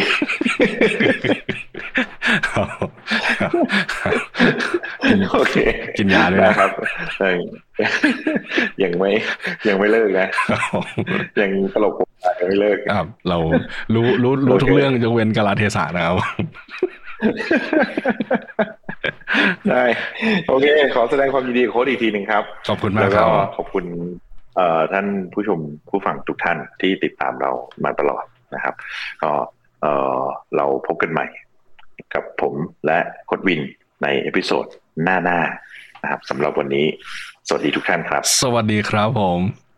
โอเคกินยาด้วยนะครับยังไม่ยังไม่เลิกนะยังตลกผมยังไม่เลิกครับเรารู้รู้รู้ทุกเรื่องยกเว้นกาลเทศะนะครับได้โอเคขอแสดงความยินดีกับโค้ชอีกทีหนึ่งครับขอบคุณมากครับแล้วก็ขอบคุณท่านผู้ชมผู้ฟังทุกท่านที่ติดตามเรามาตลอดนะครับก็เราพบกันใหม่กับผมและโค้ชวินในเอพิโซดหน้าๆนะครับสำหรับวันนี้สวัสดีทุกท่านครับสวัสดีครับผม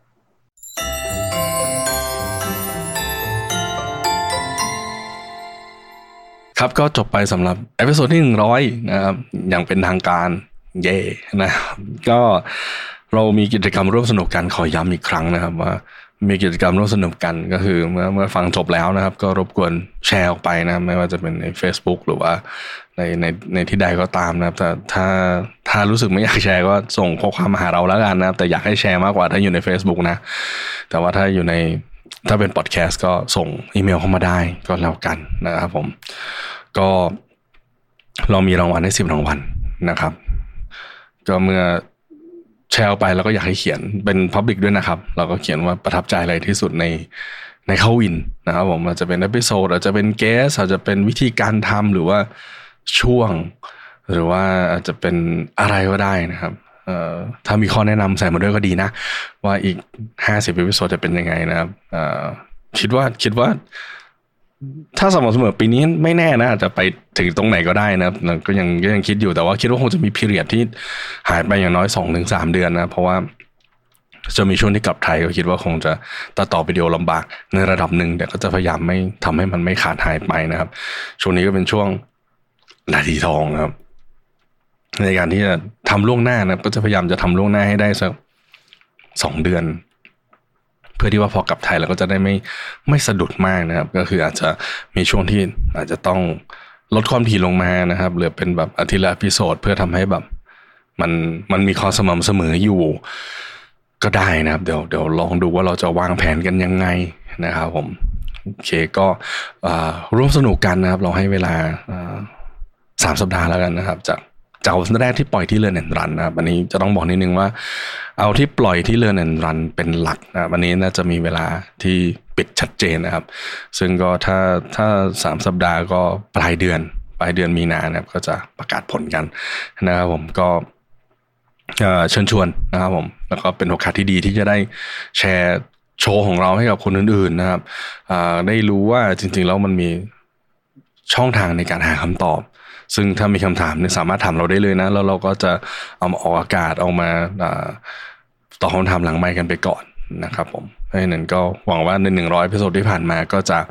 ครับก็จบไปสำหรับเอพิโซดที่หนึ่งร้อยนะครับอย่างเป็นทางการเย่นะครับก็เรามีกิจกรรมร่วมสนุกกันขอย้ำอีกครั้งนะครับว่ามีกิจกรรมร่วมสนุกกันก็คือเมื่อเมื่อฟังจบแล้วนะครับก็รบกวนแชร์ออกไปนะไม่ว่าจะเป็นใน Facebook หรือว่าในในในที่ใดก็ตามนะครับแต่ถ้าถ้ารู้สึกไม่อยากแชร์ก็ส่งข้อความมาหาเราแล้วกันนะครับแต่อยากให้แชร์มากกว่าถ้าอยู่ใน Facebook นะแต่ว่าถ้าอยู่ในถ้าเป็นพอดแคสต์ก็ส่งอีเมลเข้ามาได้ก็แล้วกันนะครับผมก็เรามีรางวัลให้สิบรางวัลนะครับก็เมื่อแชร์ไปแล้วก็อยากให้เขียนเป็น public ด้วยนะครับเราก็เขียนว่าประทับใจอะไรที่สุดในในเข้าวินนะครับผมอาจจะเป็นเอพิโซดอาจจะเป็นเกสอาจจะเป็นวิธีการทำหรือว่าช่วงหรือว่าอาจจะเป็นอะไรก็ได้นะครับเอ่อถ้ามีข้อแนะนำใส่มาด้วยก็ดีนะว่าอีกห้าสิบเอพิโซดจะเป็นยังไงนะครับเอ่อคิดว่าคิดว่าถ้าสม่ำเสมอปีนี้ไม่แน่นะอาจจะไปถึงตรงไหนก็ได้นะครับก็ยังก็ยังคิดอยู่แต่ว่าคิดว่าคงจะมีพีเรียดที่หายไปอย่างน้อย สองถึงสาม เดือนนะเพราะว่าจะมีช่วงที่กลับไทยก็คิดว่าคงจะตัดต่อวิดีโอลำบากในระดับหนึ่งแต่ก็จะพยายามไม่ทำให้มันไม่ขาดหายไปนะครับช่วงนี้ก็เป็นช่วงนาทีทองครับในการที่จะทำล่วงหน้านะก็จะพยายามจะทำล่วงหน้าให้ได้สักสองเดือนเพื่อที่ว่าพอกลับไทยเราก็จะได้ไม่ไม่สะดุดมากนะครับก็คืออาจจะมีช่วงที่อาจจะต้องลดความถี่ลงมานะครับเหลือเป็นแบบอาทิตย์ละอีพิโซดเพื่อทำให้แบบมันมันมีความสม่ำเสมออยู่ก็ได้นะครับเดี๋ยวเดี๋ยวลองดูว่าเราจะวางแผนกันยังไงนะครับผมโอเคก็ร่วมสนุกกันนะครับเราให้เวลาสามสัปดาห์แล้วกันนะครับจากจากวันแรกที่ปล่อยที่ Learn and Run นะครับวันนี้จะต้องบอกนิดนึงว่าเอาที่ปล่อยที่ Learn and Run เป็นหลักนะวันนี้น่าจะมีเวลาที่ปิดชัดเจนนะครับซึ่งก็ถ้าถ้าสามสัปดาห์ก็ปลายเดือนปลายเดือนมีนานะครับก็จะประกาศผลกันนะครับผมก็เชิญชวนนะครับผมแล้วก็เป็นโอกาสที่ดีที่จะได้แชร์โชว์ของเราให้กับคนอื่นๆนะครับได้รู้ว่าจริงๆแล้วมันมีช่องทางในการหาคำตอบซึ่งถ้ามีคำถามเนี่ยสามารถถามเราได้เลยนะแล้วเราก็จะเอามาออกอากาศเอามาตอบคำถามหลังไมค์กันไปก่อนนะครับผมเพราะฉะนั้นก็หวังว่าในหนึ่งร้อยเอพิโซดที่ผ่านมาก็จะ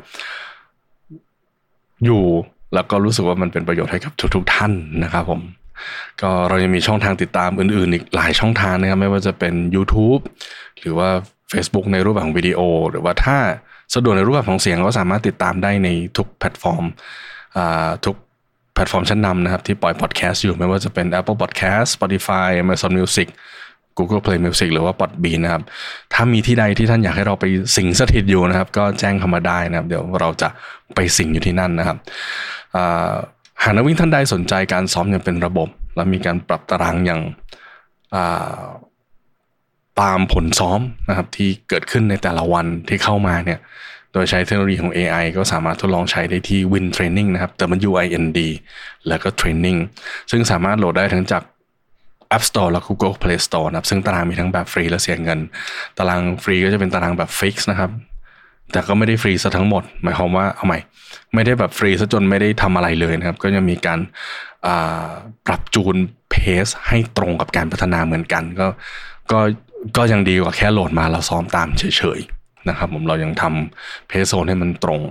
อยู่แล้วก็รู้สึกว่ามันเป็นประโยชน์ให้กับทุกๆท่านนะครับผมก็เรายังมีช่องทางติดตามอื่นๆอีกหลายช่องทางนะครับไม่ว่าจะเป็น YouTube หรือว่า Facebook ในรูปแบบของวิดีโอหรือว่าถ้าสะดวกในรูปแบบของเสียงก็สามารถติดตามได้ในทุกแพลตฟอร์มทุกแพลตฟอร์มชั้นนำนะครับที่ปล่อยพอดแคสต์อยู่ไม่ว่าจะเป็น Apple Podcast Spotify Amazon Music Google Play Music หรือว่า Podbean นะครับถ้ามีที่ใดที่ท่านอยากให้เราไปสิงสถิตอยู่นะครับก็แจ้งเข้ามาได้นะครับเดี๋ยวเราจะไปสิงอยู่ที่นั่นนะครับหากนักวิ่งท่านใดสนใจการซ้อมอย่างเป็นระบบและมีการปรับตารางอย่างตามผลซ้อมนะครับที่เกิดขึ้นในแต่ละวันที่เข้ามาเนี่ยโดยใช้เทคโนโลยีของ เอ ไอ ก็สามารถทดลองใช้ได้ที่ Win Training นะครับเติมมัน ยู ไอ เอ็น ดี แล้วก็ Training ซึ่งสามารถโหลดได้ทั้งจาก App Store และ Google Play Store นะครับซึ่งตารางมีทั้งแบบฟรีและเสียเงินตารางฟรีก็จะเป็นตารางแบบ Fix นะครับแต่ก็ไม่ได้ฟรีซะทั้งหมดหมายความว่าเอาใหม่ไม่ได้แบบฟรีซะจนไม่ได้ทำอะไรเลยนะครับก็ยังมีการปรับจูนเพสให้ตรงกับการพัฒนาเหมือนกันก็ก็ก็ยังดีกว่าแค่โหลดมาแล้วซ้อมตามเฉยๆนะครับผมเรายังทำเพสโซนให้มันตรง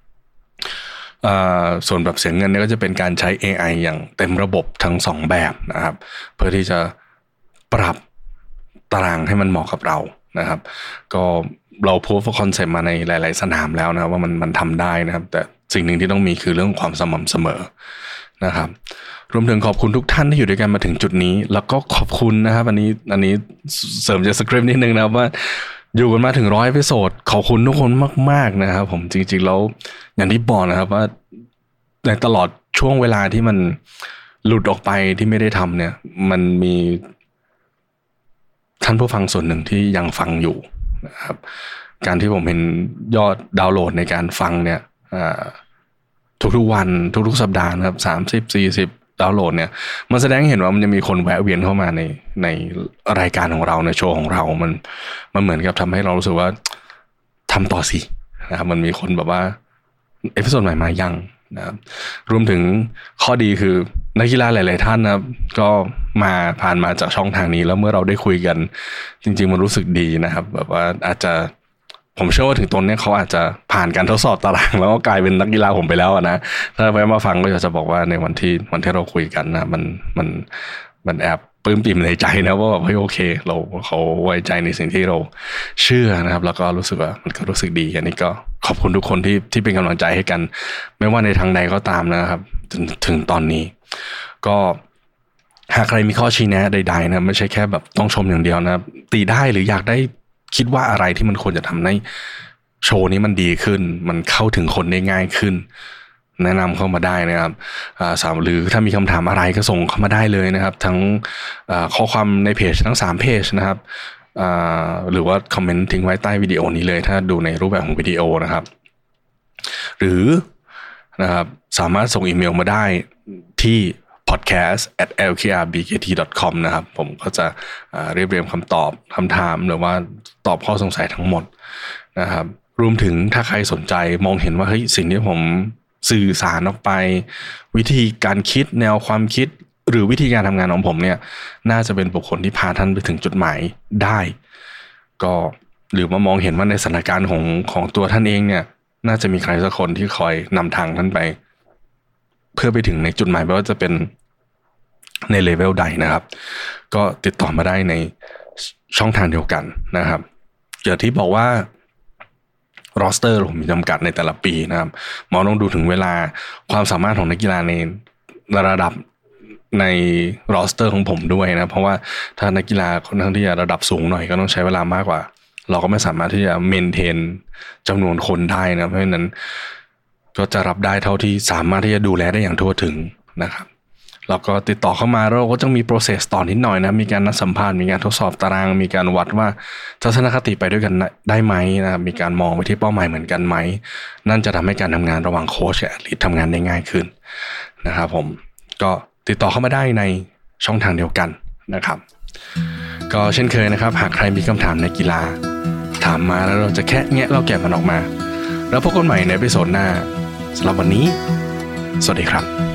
ส่วนแบบเสียเงินเนี่ยก็จะเป็นการใช้ เอ ไอ อย่างเต็มระบบทั้งสองแบบนะครับเพื่อที่จะปรับตารางให้มันเหมาะกับเรานะครับก็เราพูดคอนเซ็ปต์มาในหลายๆสนามแล้วนะว่ามันมันทำได้นะครับแต่สิ่งหนึ่งที่ต้องมีคือเรื่องความสม่ำเสมอนะครับรวมถึงขอบคุณทุกท่านที่อยู่ด้วยกันมาถึงจุดนี้แล้วก็ขอบคุณนะครับอันนี้อันนี้เสริมจากสคริปต์นิดนึงนะครับว่าอยู่กันมาถึงร้อยเอพิโซดขอบคุณทุกคนมากๆนะครับผมจริงๆแล้วอย่างที่บอกนะครับว่าในตลอดช่วงเวลาที่มันหลุดออกไปที่ไม่ได้ทำเนี่ยมันมีท่านผู้ฟังส่วนหนึ่งที่ยังฟังอยู่นะครับการที่ผมเห็นยอดดาวน์โหลดในการฟังเนี่ยทุกๆวันทุกๆสัปดาห์นะครับสามสิบ สี่สิบดาวน์โหลดเนี่ยมันแสดงให้เห็นว่ามันจะมีคนแวะเวียนเข้ามาในในรายการของเราในโชว์ของเรามันมันเหมือนกับทำให้เรารู้สึกว่าทำต่อสินะครับมันมีคนแบบว่าเอพิโซดใหม่มายังนะครับรวมถึงข้อดีคือนักกีฬาหลายๆท่านนะครับก็มาผ่านมาจากช่องทางนี้แล้วเมื่อเราได้คุยกันจริงๆมันรู้สึกดีนะครับแบบว่าอาจจะผมเชื่อว่าถึงตรงนี้เขาอาจจะผ่านการทดสอบตารางแล้วก็กลายเป็นนักกีฬาผมไปแล้วนะถ้าไปมาฟังก็อยากจะบอกว่าในวันที่วันที่เราคุยกันนะมันมันมันแอบปลื้มปิ่มในใจนะว่าแบบเฮ้ยโอเคเราเขาไว้ใจในสิ่งที่เราเชื่อนะครับแล้วก็รู้สึกว่ามันก็รู้สึกดีอันนี้ก็ขอบคุณทุกคนที่ที่เป็นกำลังใจให้กันไม่ว่าในทางใดก็ตามนะครับจนถึงตอนนี้ก็หากใครมีข้อชี้แนะใดๆนะไม่ใช่แค่แบบต้องชมอย่างเดียวนะตีได้หรืออยากได้คิดว่าอะไรที่มันควรจะทำให้โชว์นี้มันดีขึ้นมันเข้าถึงคนได้ง่ายขึ้นแนะนำเข้ามาได้นะครับอ่าสามหรือถ้ามีคำถามอะไรก็ส่งเข้ามาได้เลยนะครับทั้งข้อความในเพจทั้งสามเพจนะครับอ่าหรือว่าคอมเมนต์ทิ้งไว้ใต้วิดีโอนี้เลยถ้าดูในรูปแบบของวิดีโอนะครับหรือนะครับสามารถส่งอีเมลมาได้ที่ podcast at l k r b k t dot com นะครับผมก็จะเรียบเรียงคำตอบคำถามหรือว่าตอบข้อสงสัยทั้งหมดนะครับรวมถึงถ้าใครสนใจมองเห็นว่าเฮ้ยสิ่งที่ผมสื่อสารออกไปวิธีการคิดแนวความคิดหรือวิธีการทำงานของผมเนี่ยน่าจะเป็นบุคคลที่พาท่านไปถึงจุดหมายได้ก็หรือว่ามองเห็นว่าในสถานการณ์ของของตัวท่านเองเนี่ยน่าจะมีใครสักคนที่คอยนำทางท่านไปเพื่อไปถึงในจุดหมายไม่ว่าจะเป็นในเลเวลใดนะครับก็ติดต่อมาได้ในช่องทางเดียวกันนะครับอย่างที่บอกว่าโรสเตอร์ผมมีจำกัดในแต่ละปีนะครับหมอต้องดูถึงเวลาความสามารถของนักกีฬาในระดับในโรสเตอร์ของผมด้วยนะเพราะว่าถ้านักกีฬาค่อนข้างที่จะระดับสูงหน่อยก็ต้องใช้เวลามากกว่าเราก็ไม่สามารถที่จะเมนเทนจำนวนคนได้นะเพราะฉะนั้นก็จะรับได้เท่าที่สามารถที่จะดูแลได้อย่างทั่วถึงนะครับแล้วก็ติดต่อเข้ามาเราก็จะมี process ต่อนิดหน่อยนะมีการนัดสัมภาษณ์มีการทดสอบตารางมีการวัดว่าทัศนคติไปด้วยกันได้ไหมนะมีการมองไปที่เป้าหมายเหมือนกันไหมนั่นจะทำให้การทำงานระหว่างโค้ชกับแอทลีททำงานได้ง่ายขึ้นนะครับผมก็ติดต่อเข้ามาได้ในช่องทางเดียวกันนะครับก็เช่นเคยนะครับหากใครมีคำถามในกีฬาถามมาแล้วเราจะแค่แงะเราแกะมันออกมาแล้วพบกันใหม่ในเอพิโซดหน้าสำหรับวันนี้สวัสดีครับ